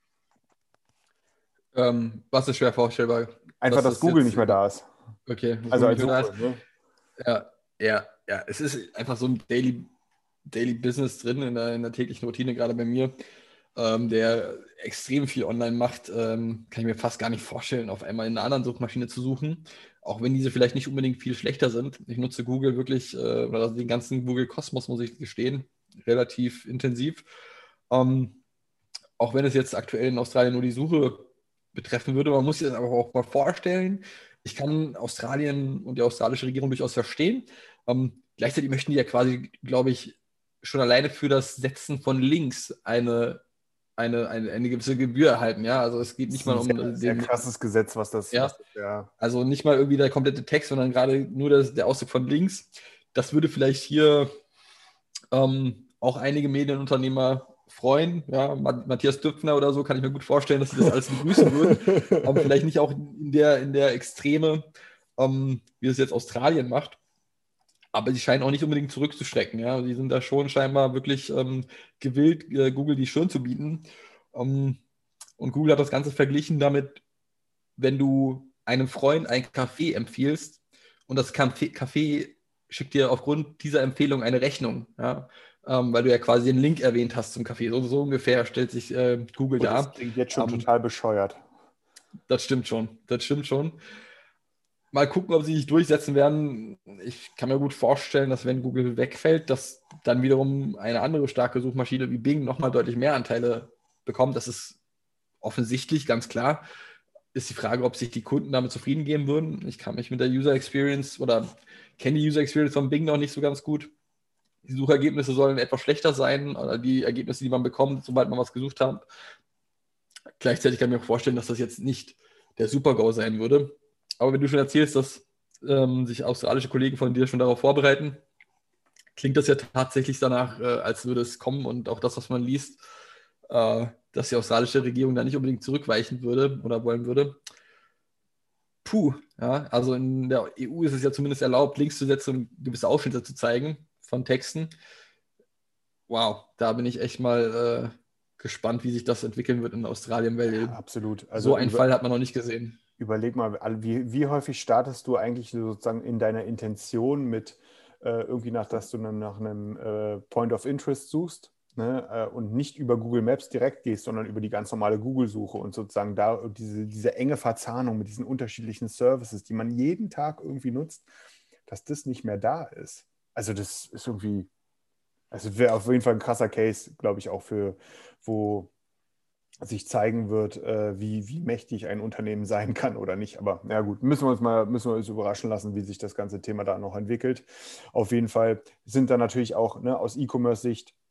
Was ist schwer vorstellbar? Einfach, dass Google nicht mehr da ist. Okay. Also als Suche, ne? Ja. Es ist einfach so ein Daily Business drin in der täglichen Routine, gerade bei mir, der extrem viel online macht. Kann ich mir fast gar nicht vorstellen, auf einmal in einer anderen Suchmaschine zu suchen, auch wenn diese vielleicht nicht unbedingt viel schlechter sind. Ich nutze Google wirklich, oder den ganzen Google-Kosmos, muss ich gestehen, relativ intensiv. Auch wenn es jetzt aktuell in Australien nur die Suche betreffen würde. Man muss sich das aber auch mal vorstellen. Ich kann Australien und die australische Regierung durchaus verstehen. Gleichzeitig möchten die ja quasi, glaube ich, schon alleine für das Setzen von Links eine gewisse Gebühr erhalten. Ja? Also es geht nicht mal um ein sehr krasses Gesetz, was das ja. Also nicht mal irgendwie der komplette Text, sondern gerade nur der Ausdruck von Links. Das würde vielleicht hier auch einige Medienunternehmer freuen. Ja, Matthias Döpfner oder so, kann ich mir gut vorstellen, dass sie das alles begrüßen würden. Aber vielleicht nicht auch in der Extreme, wie es jetzt Australien macht. Aber sie scheinen auch nicht unbedingt zurückzuschrecken. Ja? Die sind da schon scheinbar wirklich gewillt, Google die Stirn zu bieten. Und Google hat das Ganze verglichen damit, wenn du einem Freund ein Café empfiehlst und das Café schickt dir aufgrund dieser Empfehlung eine Rechnung. Ja? Weil du ja quasi den Link erwähnt hast zum Café. So ungefähr stellt sich Google dar. Das klingt jetzt schon total bescheuert. Das stimmt schon. Mal gucken, ob sie sich durchsetzen werden. Ich kann mir gut vorstellen, dass wenn Google wegfällt, dass dann wiederum eine andere starke Suchmaschine wie Bing nochmal deutlich mehr Anteile bekommt. Das ist offensichtlich, ganz klar. Ist die Frage, ob sich die Kunden damit zufrieden geben würden. Ich kann mich mit der User Experience oder kenne die User Experience von Bing noch nicht so ganz gut. Die Suchergebnisse sollen etwas schlechter sein, oder die Ergebnisse, die man bekommt, sobald man was gesucht hat. Gleichzeitig kann ich mir auch vorstellen, dass das jetzt nicht der Super-GAU sein würde. Aber wenn du schon erzählst, dass sich australische Kollegen von dir schon darauf vorbereiten, klingt das ja tatsächlich danach, als würde es kommen, und auch das, was man liest, dass die australische Regierung da nicht unbedingt zurückweichen würde oder wollen würde. Puh, ja, also in der EU ist es ja zumindest erlaubt, Links zu setzen und gewisse Ausschnitte zu zeigen von Texten. Wow, da bin ich echt mal gespannt, wie sich das entwickeln wird in Australien, weil ja, absolut. Also so einen Fall hat man noch nicht gesehen. Überleg mal, wie häufig startest du eigentlich sozusagen in deiner Intention mit irgendwie dass du nach einem Point of Interest suchst, ne, und nicht über Google Maps direkt gehst, sondern über die ganz normale Google-Suche und sozusagen da diese enge Verzahnung mit diesen unterschiedlichen Services, die man jeden Tag irgendwie nutzt, dass das nicht mehr da ist. Also das ist irgendwie, also wäre auf jeden Fall ein krasser Case, glaube ich, auch wo sich zeigen wird, wie mächtig ein Unternehmen sein kann oder nicht. Aber na gut, müssen wir uns überraschen lassen, wie sich das ganze Thema da noch entwickelt. Auf jeden Fall sind da natürlich auch, ne, aus E-Commerce-Sicht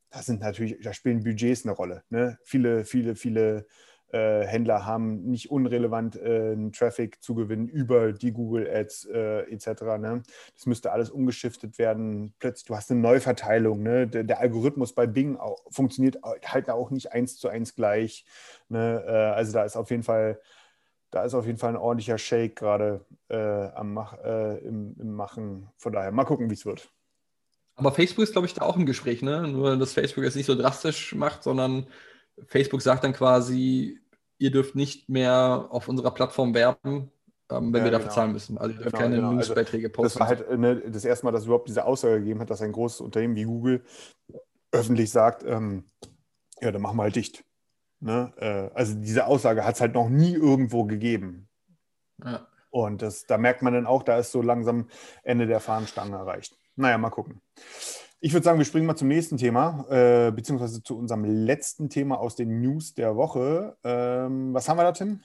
da spielen Budgets eine Rolle. Ne? Viele Händler haben nicht unrelevant Traffic zu gewinnen über die Google Ads etc. Ne? Das müsste alles umgeschiftet werden. Plötzlich, du hast eine Neuverteilung. Ne? Der Algorithmus bei Bing funktioniert halt auch nicht 1:1 gleich. Ne? Also da ist auf jeden Fall ein ordentlicher Shake gerade im Machen. Von daher mal gucken, wie es wird. Aber Facebook ist, glaube ich, da auch im Gespräch, ne? Nur, dass Facebook es nicht so drastisch macht, sondern Facebook sagt dann quasi, ihr dürft nicht mehr auf unserer Plattform werben, wenn wir dafür zahlen müssen. Also ihr dürft keine Newsbeiträge posten. Das war halt das erste Mal, dass es überhaupt diese Aussage gegeben hat, dass ein großes Unternehmen wie Google öffentlich sagt, dann machen wir halt dicht. Ne? Also diese Aussage hat es halt noch nie irgendwo gegeben. Ja. Und da merkt man dann auch, da ist so langsam Ende der Fahnenstange erreicht. Naja, mal gucken. Ich würde sagen, wir springen mal zum nächsten Thema, beziehungsweise zu unserem letzten Thema aus den News der Woche. Was haben wir da, Tim?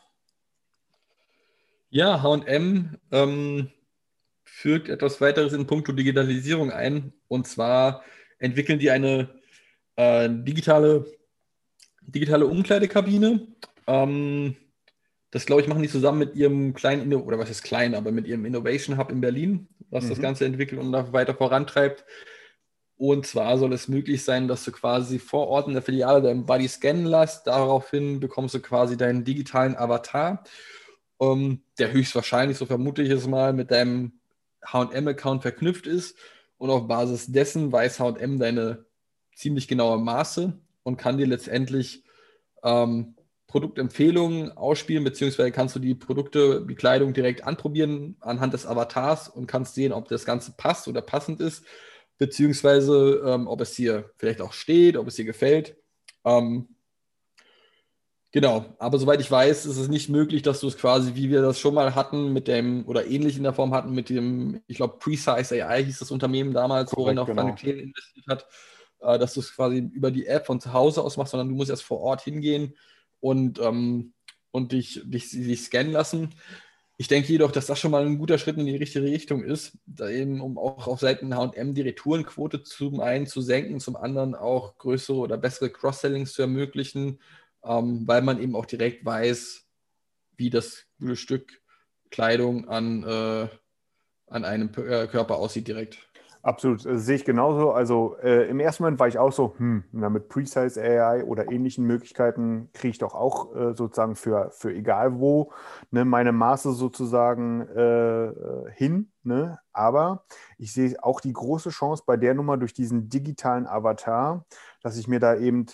Ja, H&M fügt etwas weiteres in puncto Digitalisierung ein. Und zwar entwickeln die eine digitale Umkleidekabine. Das, glaube ich, machen die zusammen mit ihrem kleinen, oder was ist klein, aber mit ihrem Innovation Hub in Berlin, was das Ganze entwickelt und da weiter vorantreibt. Und zwar soll es möglich sein, dass du quasi vor Ort in der Filiale deinen Body scannen lässt. Daraufhin bekommst du quasi deinen digitalen Avatar, der höchstwahrscheinlich, so vermute ich es mal, mit deinem H&M-Account verknüpft ist. Und auf Basis dessen weiß H&M deine ziemlich genaue Maße und kann dir letztendlich Produktempfehlungen ausspielen, beziehungsweise kannst du die Produkte, die Kleidung direkt anprobieren anhand des Avatars und kannst sehen, ob das Ganze passt oder passend ist, beziehungsweise ob es dir vielleicht auch steht, ob es dir gefällt. Genau, aber soweit ich weiß, ist es nicht möglich, dass du es quasi, wie wir das schon mal hatten, mit dem, oder ähnlich in der Form hatten, mit dem, ich glaube, Precise AI hieß das Unternehmen damals, worin auch Van Kleen investiert hat, dass du es quasi über die App von zu Hause aus machst, sondern du musst erst vor Ort hingehen und dich scannen lassen. Ich denke jedoch, dass das schon mal ein guter Schritt in die richtige Richtung ist, da eben, um auch auf Seiten H&M die Retourenquote zum einen zu senken, zum anderen auch größere oder bessere Cross-Sellings zu ermöglichen, weil man eben auch direkt weiß, wie das gute Stück Kleidung an einem Körper aussieht direkt. Absolut, sehe ich genauso. Also im ersten Moment war ich auch so, mit Precise AI oder ähnlichen Möglichkeiten kriege ich doch auch sozusagen für egal wo meine Maße sozusagen hin. Ne? Aber ich sehe auch die große Chance bei der Nummer durch diesen digitalen Avatar, dass ich mir da eben,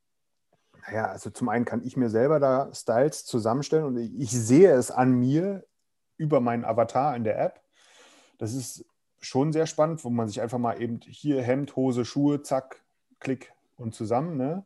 also zum einen kann ich mir selber da Styles zusammenstellen und ich sehe es an mir über meinen Avatar in der App. Das ist schon sehr spannend, wo man sich einfach mal eben hier Hemd, Hose, Schuhe, zack, klick und zusammen. Ne?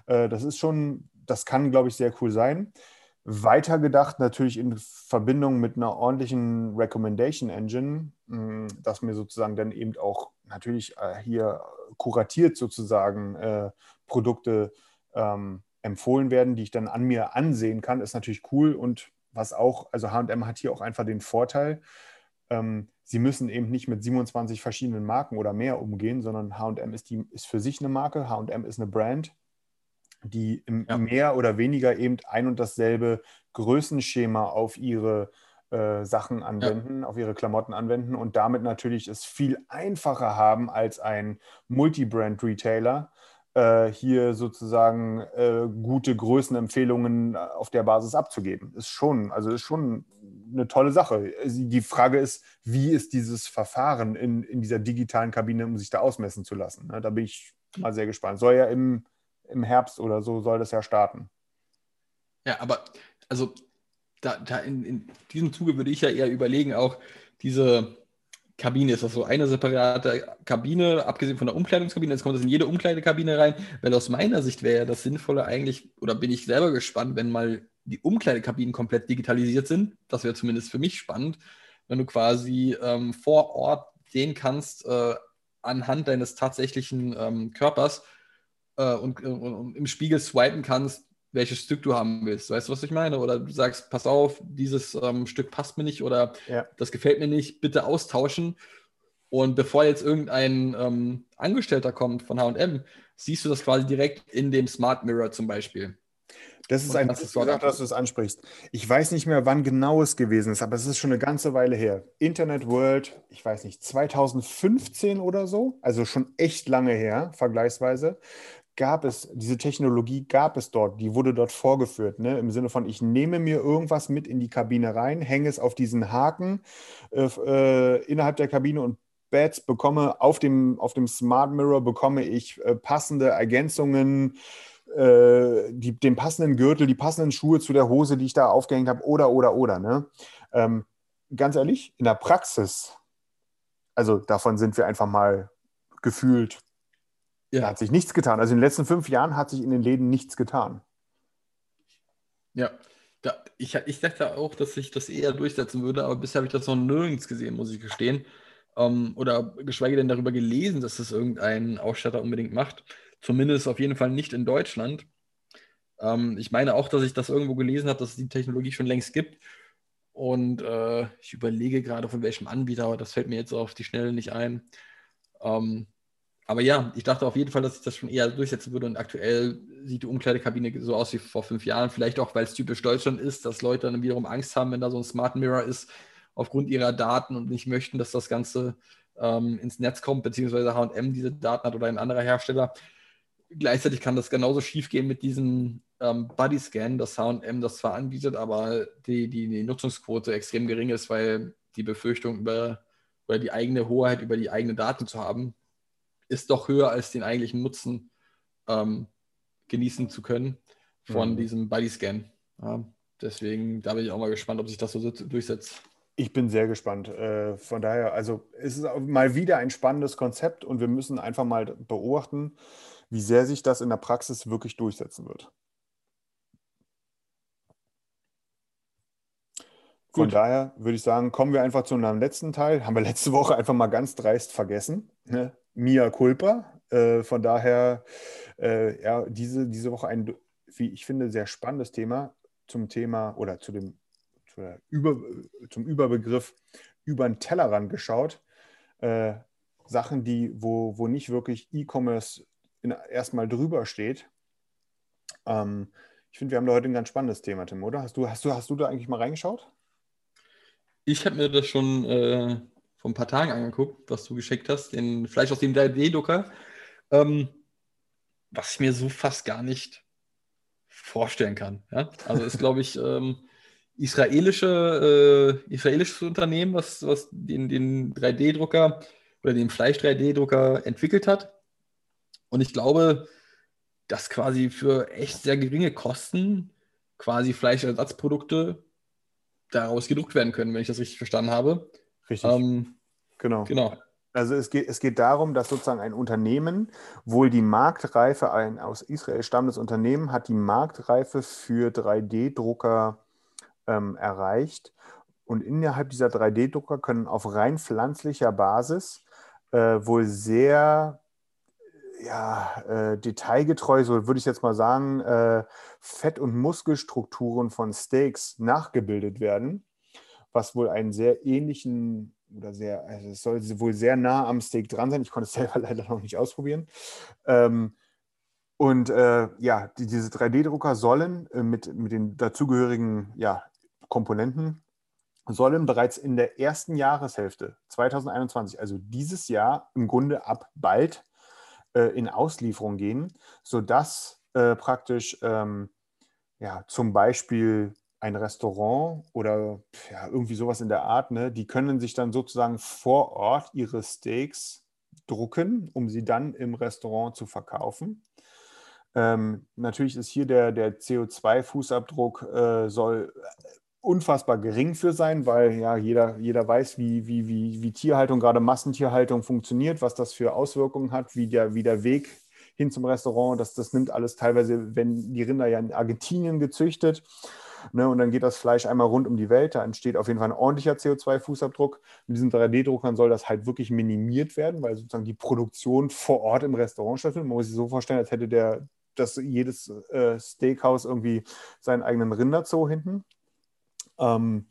Das kann, glaube ich, sehr cool sein. Weitergedacht natürlich in Verbindung mit einer ordentlichen Recommendation Engine, dass mir sozusagen dann eben auch natürlich hier kuratiert sozusagen Produkte empfohlen werden, die ich dann an mir ansehen kann, ist natürlich cool. Und was auch, also H&M hat hier auch einfach den Vorteil, sie müssen eben nicht mit 27 verschiedenen Marken oder mehr umgehen, sondern H&M ist für sich eine Marke, H&M ist eine Brand, die mehr oder weniger eben ein und dasselbe Größenschema auf ihre Sachen anwenden, auf ihre Klamotten anwenden und damit natürlich es viel einfacher haben als ein Multibrand-Retailer, hier sozusagen gute Größenempfehlungen auf der Basis abzugeben. Ist schon eine tolle Sache. Die Frage ist, wie ist dieses Verfahren in dieser digitalen Kabine, um sich da ausmessen zu lassen? Da bin ich mal sehr gespannt. Soll ja im Herbst oder so soll das ja starten. Ja, aber also da in diesem Zuge würde ich ja eher überlegen, auch diese Kabine, ist das so eine separate Kabine, abgesehen von der Umkleidungskabine, jetzt kommt das in jede Umkleidekabine rein, weil aus meiner Sicht wäre ja das Sinnvolle eigentlich, oder bin ich selber gespannt, wenn mal die Umkleidekabinen komplett digitalisiert sind, das wäre zumindest für mich spannend, wenn du quasi vor Ort sehen kannst, anhand deines tatsächlichen Körpers und im Spiegel swipen kannst, welches Stück du haben willst. Weißt du, was ich meine? Oder du sagst, pass auf, dieses Stück passt mir nicht oder das gefällt mir nicht, bitte austauschen. Und bevor jetzt irgendein Angestellter kommt von H&M, siehst du das quasi direkt in dem Smart Mirror zum Beispiel. Das ist Und ein kannst gutes es dort gesagt, dass du es ansprichst. Ich weiß nicht mehr, wann genau es gewesen ist, aber es ist schon eine ganze Weile her. Internet World, ich weiß nicht, 2015 oder so, also schon echt lange her, vergleichsweise, diese Technologie gab es dort, die wurde dort vorgeführt, ne? Im Sinne von, ich nehme mir irgendwas mit in die Kabine rein, hänge es auf diesen Haken innerhalb der Kabine und bekomme auf dem Smart Mirror bekomme ich passende Ergänzungen, den passenden Gürtel, die passenden Schuhe zu der Hose, die ich da aufgehängt habe, oder. Ne? Ähm, Ganz ehrlich, in der Praxis, also davon sind wir einfach mal gefühlt, da hat sich nichts getan. Also in den letzten 5 Jahren hat sich in den Läden nichts getan. Ja, ich dachte auch, dass sich das eher durchsetzen würde, aber bisher habe ich das noch nirgends gesehen, muss ich gestehen. Oder geschweige denn darüber gelesen, dass das irgendein Ausstatter unbedingt macht. Zumindest auf jeden Fall nicht in Deutschland. Ich meine auch, dass ich das irgendwo gelesen habe, dass es die Technologie schon längst gibt. Und ich überlege gerade, von welchem Anbieter, aber das fällt mir jetzt auf die Schnelle nicht ein. Aber ja, ich dachte auf jeden Fall, dass sich das schon eher durchsetzen würde. Und aktuell sieht die Umkleidekabine so aus wie vor 5 Jahren. Vielleicht auch, weil es typisch Deutschland ist, dass Leute dann wiederum Angst haben, wenn da so ein Smart Mirror ist, aufgrund ihrer Daten und nicht möchten, dass das Ganze ins Netz kommt, beziehungsweise H&M diese Daten hat oder ein anderer Hersteller. Gleichzeitig kann das genauso schief gehen mit diesem Bodyscan, dass H&M das zwar anbietet, aber die Nutzungsquote extrem gering ist, weil die Befürchtung über die eigene Hoheit über die eigenen Daten zu haben, ist doch höher als den eigentlichen Nutzen genießen zu können von diesem Bodyscan. Ja, deswegen, da bin ich auch mal gespannt, ob sich das so durchsetzt. Ich bin sehr gespannt. Von daher, also es ist mal wieder ein spannendes Konzept und wir müssen einfach mal beobachten, wie sehr sich das in der Praxis wirklich durchsetzen wird. Von daher würde ich sagen, kommen wir einfach zu unserem letzten Teil. Haben wir letzte Woche einfach mal ganz dreist vergessen. Ne? Mea culpa. Von daher, ja, diese Woche ein, wie ich finde, sehr spannendes Thema zum Überbegriff über den Tellerrand geschaut. Sachen, wo nicht wirklich E-Commerce erstmal drüber steht. Ich finde, wir haben da heute ein ganz spannendes Thema, Tim, oder? Hast du da eigentlich mal reingeschaut? Ich habe mir das schon vor ein paar Tagen angeguckt, was du geschickt hast, den Fleisch aus dem 3D-Drucker, was ich mir so fast gar nicht vorstellen kann. Ja? Also ist, glaube ich, israelisches Unternehmen, was den 3D-Drucker oder den Fleisch-3D-Drucker entwickelt hat. Und ich glaube, dass quasi für echt sehr geringe Kosten quasi Fleischersatzprodukte daraus gedruckt werden können, wenn ich das richtig verstanden habe. Richtig, genau. Also es geht darum, dass sozusagen ein Unternehmen, wohl die Marktreife, ein aus Israel stammendes Unternehmen, hat die Marktreife für 3D-Drucker erreicht. Und innerhalb dieser 3D-Drucker können auf rein pflanzlicher Basis wohl sehr detailgetreu, so würde ich jetzt mal sagen, Fett- und Muskelstrukturen von Steaks nachgebildet werden, was wohl einen sehr ähnlichen also es soll wohl sehr nah am Steak dran sein. Ich konnte es selber leider noch nicht ausprobieren. Diese 3D-Drucker sollen mit den dazugehörigen Komponenten sollen bereits in der ersten Jahreshälfte 2021, also dieses Jahr, im Grunde ab bald in Auslieferung gehen, sodass praktisch zum Beispiel ein Restaurant oder irgendwie sowas in der Art, ne, die können sich dann sozusagen vor Ort ihre Steaks drucken, um sie dann im Restaurant zu verkaufen. Natürlich ist hier der CO2-Fußabdruck soll unfassbar gering für sein, weil ja jeder weiß, wie Tierhaltung, gerade Massentierhaltung funktioniert, was das für Auswirkungen hat, wie der Weg hin zum Restaurant, das nimmt alles teilweise, wenn die Rinder ja in Argentinien gezüchtet, ne, und dann geht das Fleisch einmal rund um die Welt, da entsteht auf jeden Fall ein ordentlicher CO2-Fußabdruck. Mit diesen 3D-Druckern soll das halt wirklich minimiert werden, weil sozusagen die Produktion vor Ort im Restaurant stattfindet. Man muss sich so vorstellen, als hätte jedes Steakhouse irgendwie seinen eigenen Rinderzoo hinten.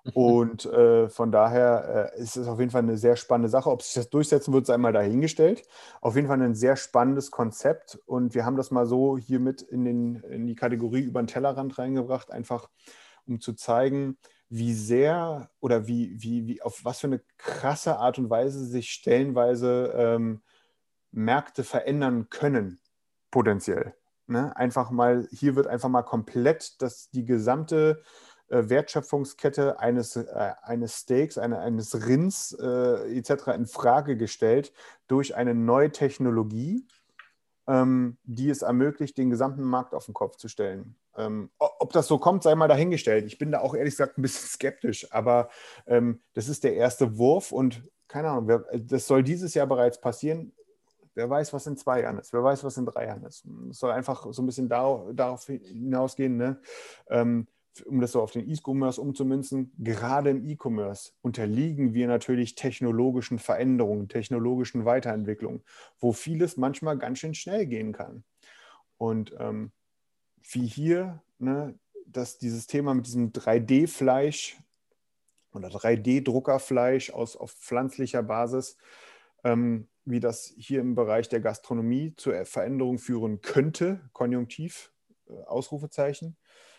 Und von daher ist es auf jeden Fall eine sehr spannende Sache. Ob sich das durchsetzen wird, sei mal dahingestellt. Auf jeden Fall ein sehr spannendes Konzept. Und wir haben das mal so hier mit in die Kategorie über den Tellerrand reingebracht, einfach um zu zeigen, wie sehr oder wie auf was für eine krasse Art und Weise sich stellenweise Märkte verändern können, potenziell. Ne? Hier wird einfach mal komplett die gesamte Wertschöpfungskette eines Steaks, eines Rinds etc. in Frage gestellt durch eine neue Technologie, die es ermöglicht, den gesamten Markt auf den Kopf zu stellen. Ob das so kommt, sei mal dahingestellt. Ich bin da auch ehrlich gesagt ein bisschen skeptisch, aber das ist der erste Wurf und keine Ahnung, das soll dieses Jahr bereits passieren. Wer weiß, was in 2 Jahren ist. Wer weiß, was in 3 Jahren ist. Es soll einfach so ein bisschen darauf hinausgehen, ne? Um das so auf den E-Commerce umzumünzen. Gerade im E-Commerce unterliegen wir natürlich technologischen Veränderungen, technologischen Weiterentwicklungen, wo vieles manchmal ganz schön schnell gehen kann. Und wie hier, ne, dass dieses Thema mit diesem 3D-Fleisch oder 3D-Druckerfleisch auf pflanzlicher Basis, wie das hier im Bereich der Gastronomie zur Veränderung führen könnte, Konjunktiv, Ausrufezeichen.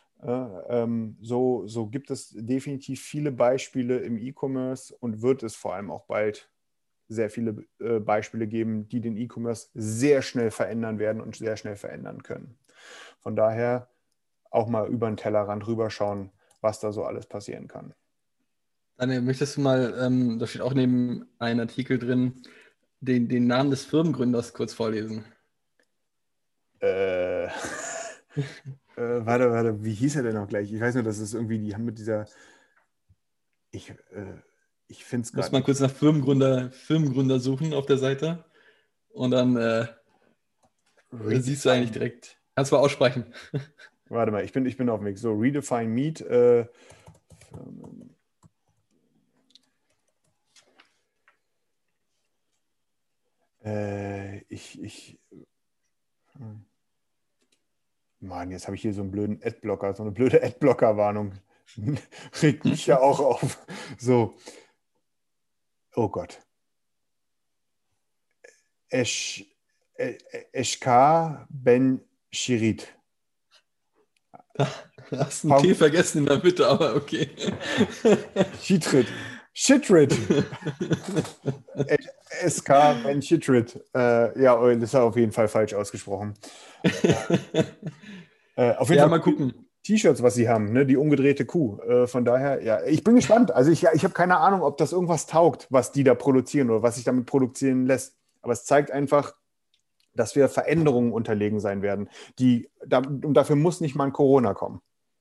So gibt es definitiv viele Beispiele im E-Commerce und wird es vor allem auch bald sehr viele Beispiele geben, die den E-Commerce sehr schnell verändern werden und sehr schnell verändern können. Von daher auch mal über den Tellerrand rüberschauen, was da so alles passieren kann. Daniel, möchtest du mal, da steht auch neben einem Artikel drin, den Namen des Firmengründers kurz vorlesen? Warte, wie hieß er denn noch gleich? Ich weiß nur, dass es irgendwie, die haben mit dieser, ich finde es gerade. Muss mal kurz nach Firmengründer suchen auf der Seite und dann siehst du eigentlich direkt, kannst du mal aussprechen. Warte mal, ich bin auf dem Weg. So, Redefine Meat, Mann, jetzt habe ich hier so einen blöden Adblocker, so eine blöde Adblocker-Warnung. Regt mich ja auch auf. So. Oh Gott. Eshkar Ben Shirit. Hast einen T vergessen in der Mitte, aber okay. Shitrit. SK Ben Shitrit. Ja, das ist auf jeden Fall falsch ausgesprochen. Auf jeden Fall mal gucken. T-Shirts, was sie haben, ne? Die umgedrehte Kuh. Von daher, ja, ich bin gespannt. Also ich habe keine Ahnung, ob das irgendwas taugt, was die da produzieren oder was sich damit produzieren lässt. Aber es zeigt einfach, dass wir Veränderungen unterlegen sein werden. Und dafür muss nicht mal ein Corona kommen.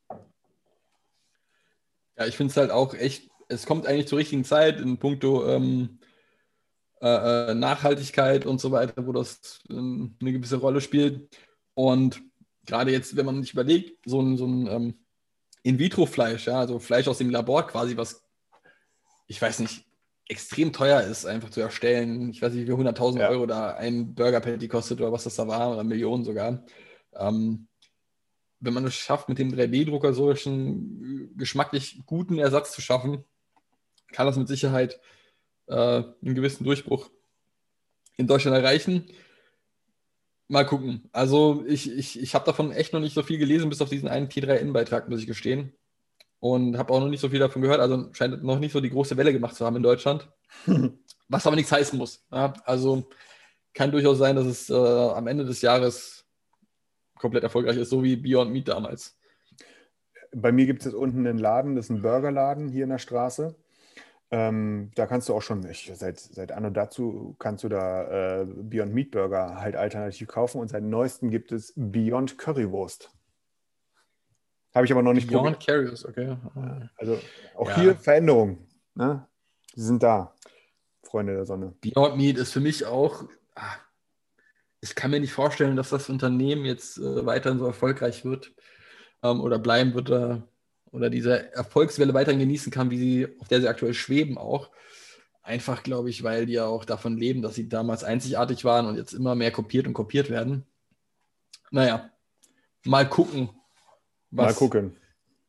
Ja, ich finde es halt auch echt, es kommt eigentlich zur richtigen Zeit in puncto Nachhaltigkeit und so weiter, wo das eine gewisse Rolle spielt. Und gerade jetzt, wenn man sich überlegt, so ein In-vitro-Fleisch, ja, also Fleisch aus dem Labor quasi, was, ich weiß nicht, extrem teuer ist, einfach zu erstellen. Ich weiß nicht, wie 100.000 Euro da ein Burger Patty kostet oder was das da war, oder Millionen sogar. Wenn man es schafft, mit dem 3D-Drucker solchen geschmacklich guten Ersatz zu schaffen, kann das mit Sicherheit einen gewissen Durchbruch in Deutschland erreichen. Mal gucken. Also ich habe davon echt noch nicht so viel gelesen, bis auf diesen einen T3N-Beitrag, muss ich gestehen. Und habe auch noch nicht so viel davon gehört. Also scheint noch nicht so die große Welle gemacht zu haben in Deutschland. Was aber nichts heißen muss. Ja? Also kann durchaus sein, dass es am Ende des Jahres komplett erfolgreich ist, so wie Beyond Meat damals. Bei mir gibt es unten einen Laden, das ist ein Burgerladen hier in der Straße. Da kannst du auch schon, seit Anno dazu kannst du da Beyond Meat Burger halt alternativ kaufen und seit neuestem gibt es Beyond Currywurst. Habe ich aber noch nicht Beyond probiert. Currywurst, okay. Also auch hier Veränderungen. Ne? Die sind da, Freunde der Sonne. Beyond Meat ist für mich auch, ich kann mir nicht vorstellen, dass das Unternehmen jetzt weiterhin so erfolgreich wird oder bleiben wird oder diese Erfolgswelle weiterhin genießen kann, auf der sie aktuell schweben auch. Einfach, glaube ich, weil die ja auch davon leben, dass sie damals einzigartig waren und jetzt immer mehr kopiert und kopiert werden. Naja, mal gucken. Mal gucken.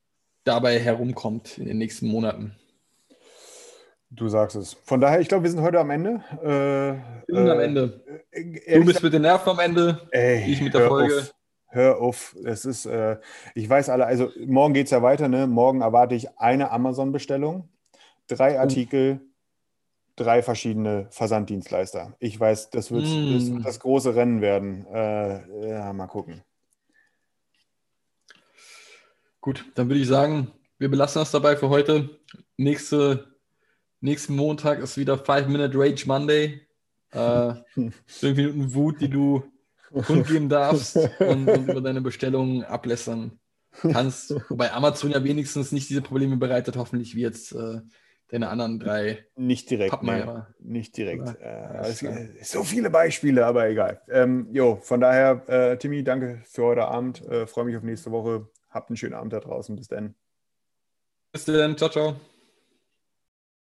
dabei herumkommt in den nächsten Monaten. Du sagst es. Von daher, ich glaube, wir sind heute am Ende. Wir sind am Ende. Du bist mit den Nerven am Ende, ich mit der Folge. Hör auf. Es ist, ich weiß alle, also morgen geht es ja weiter, ne? Morgen erwarte ich eine Amazon-Bestellung, 3 Artikel, 3 verschiedene Versanddienstleister. Ich weiß, das wird das große Rennen werden. Ja, mal gucken. Gut, dann würde ich sagen, wir belassen das dabei für heute. Nächsten Montag ist wieder 5-Minute Rage Monday. 5 Minuten Wut, die du kundgeben darfst und über deine Bestellungen ablässern kannst. Wobei Amazon ja wenigstens nicht diese Probleme bereitet, hoffentlich wie jetzt deine anderen 3. Nicht direkt. Nee, nicht direkt. So viele Beispiele, aber egal. Von daher, Timmy, danke für heute Abend. Freue mich auf nächste Woche. Habt einen schönen Abend da draußen. Bis dann. Bis dann. Ciao, ciao.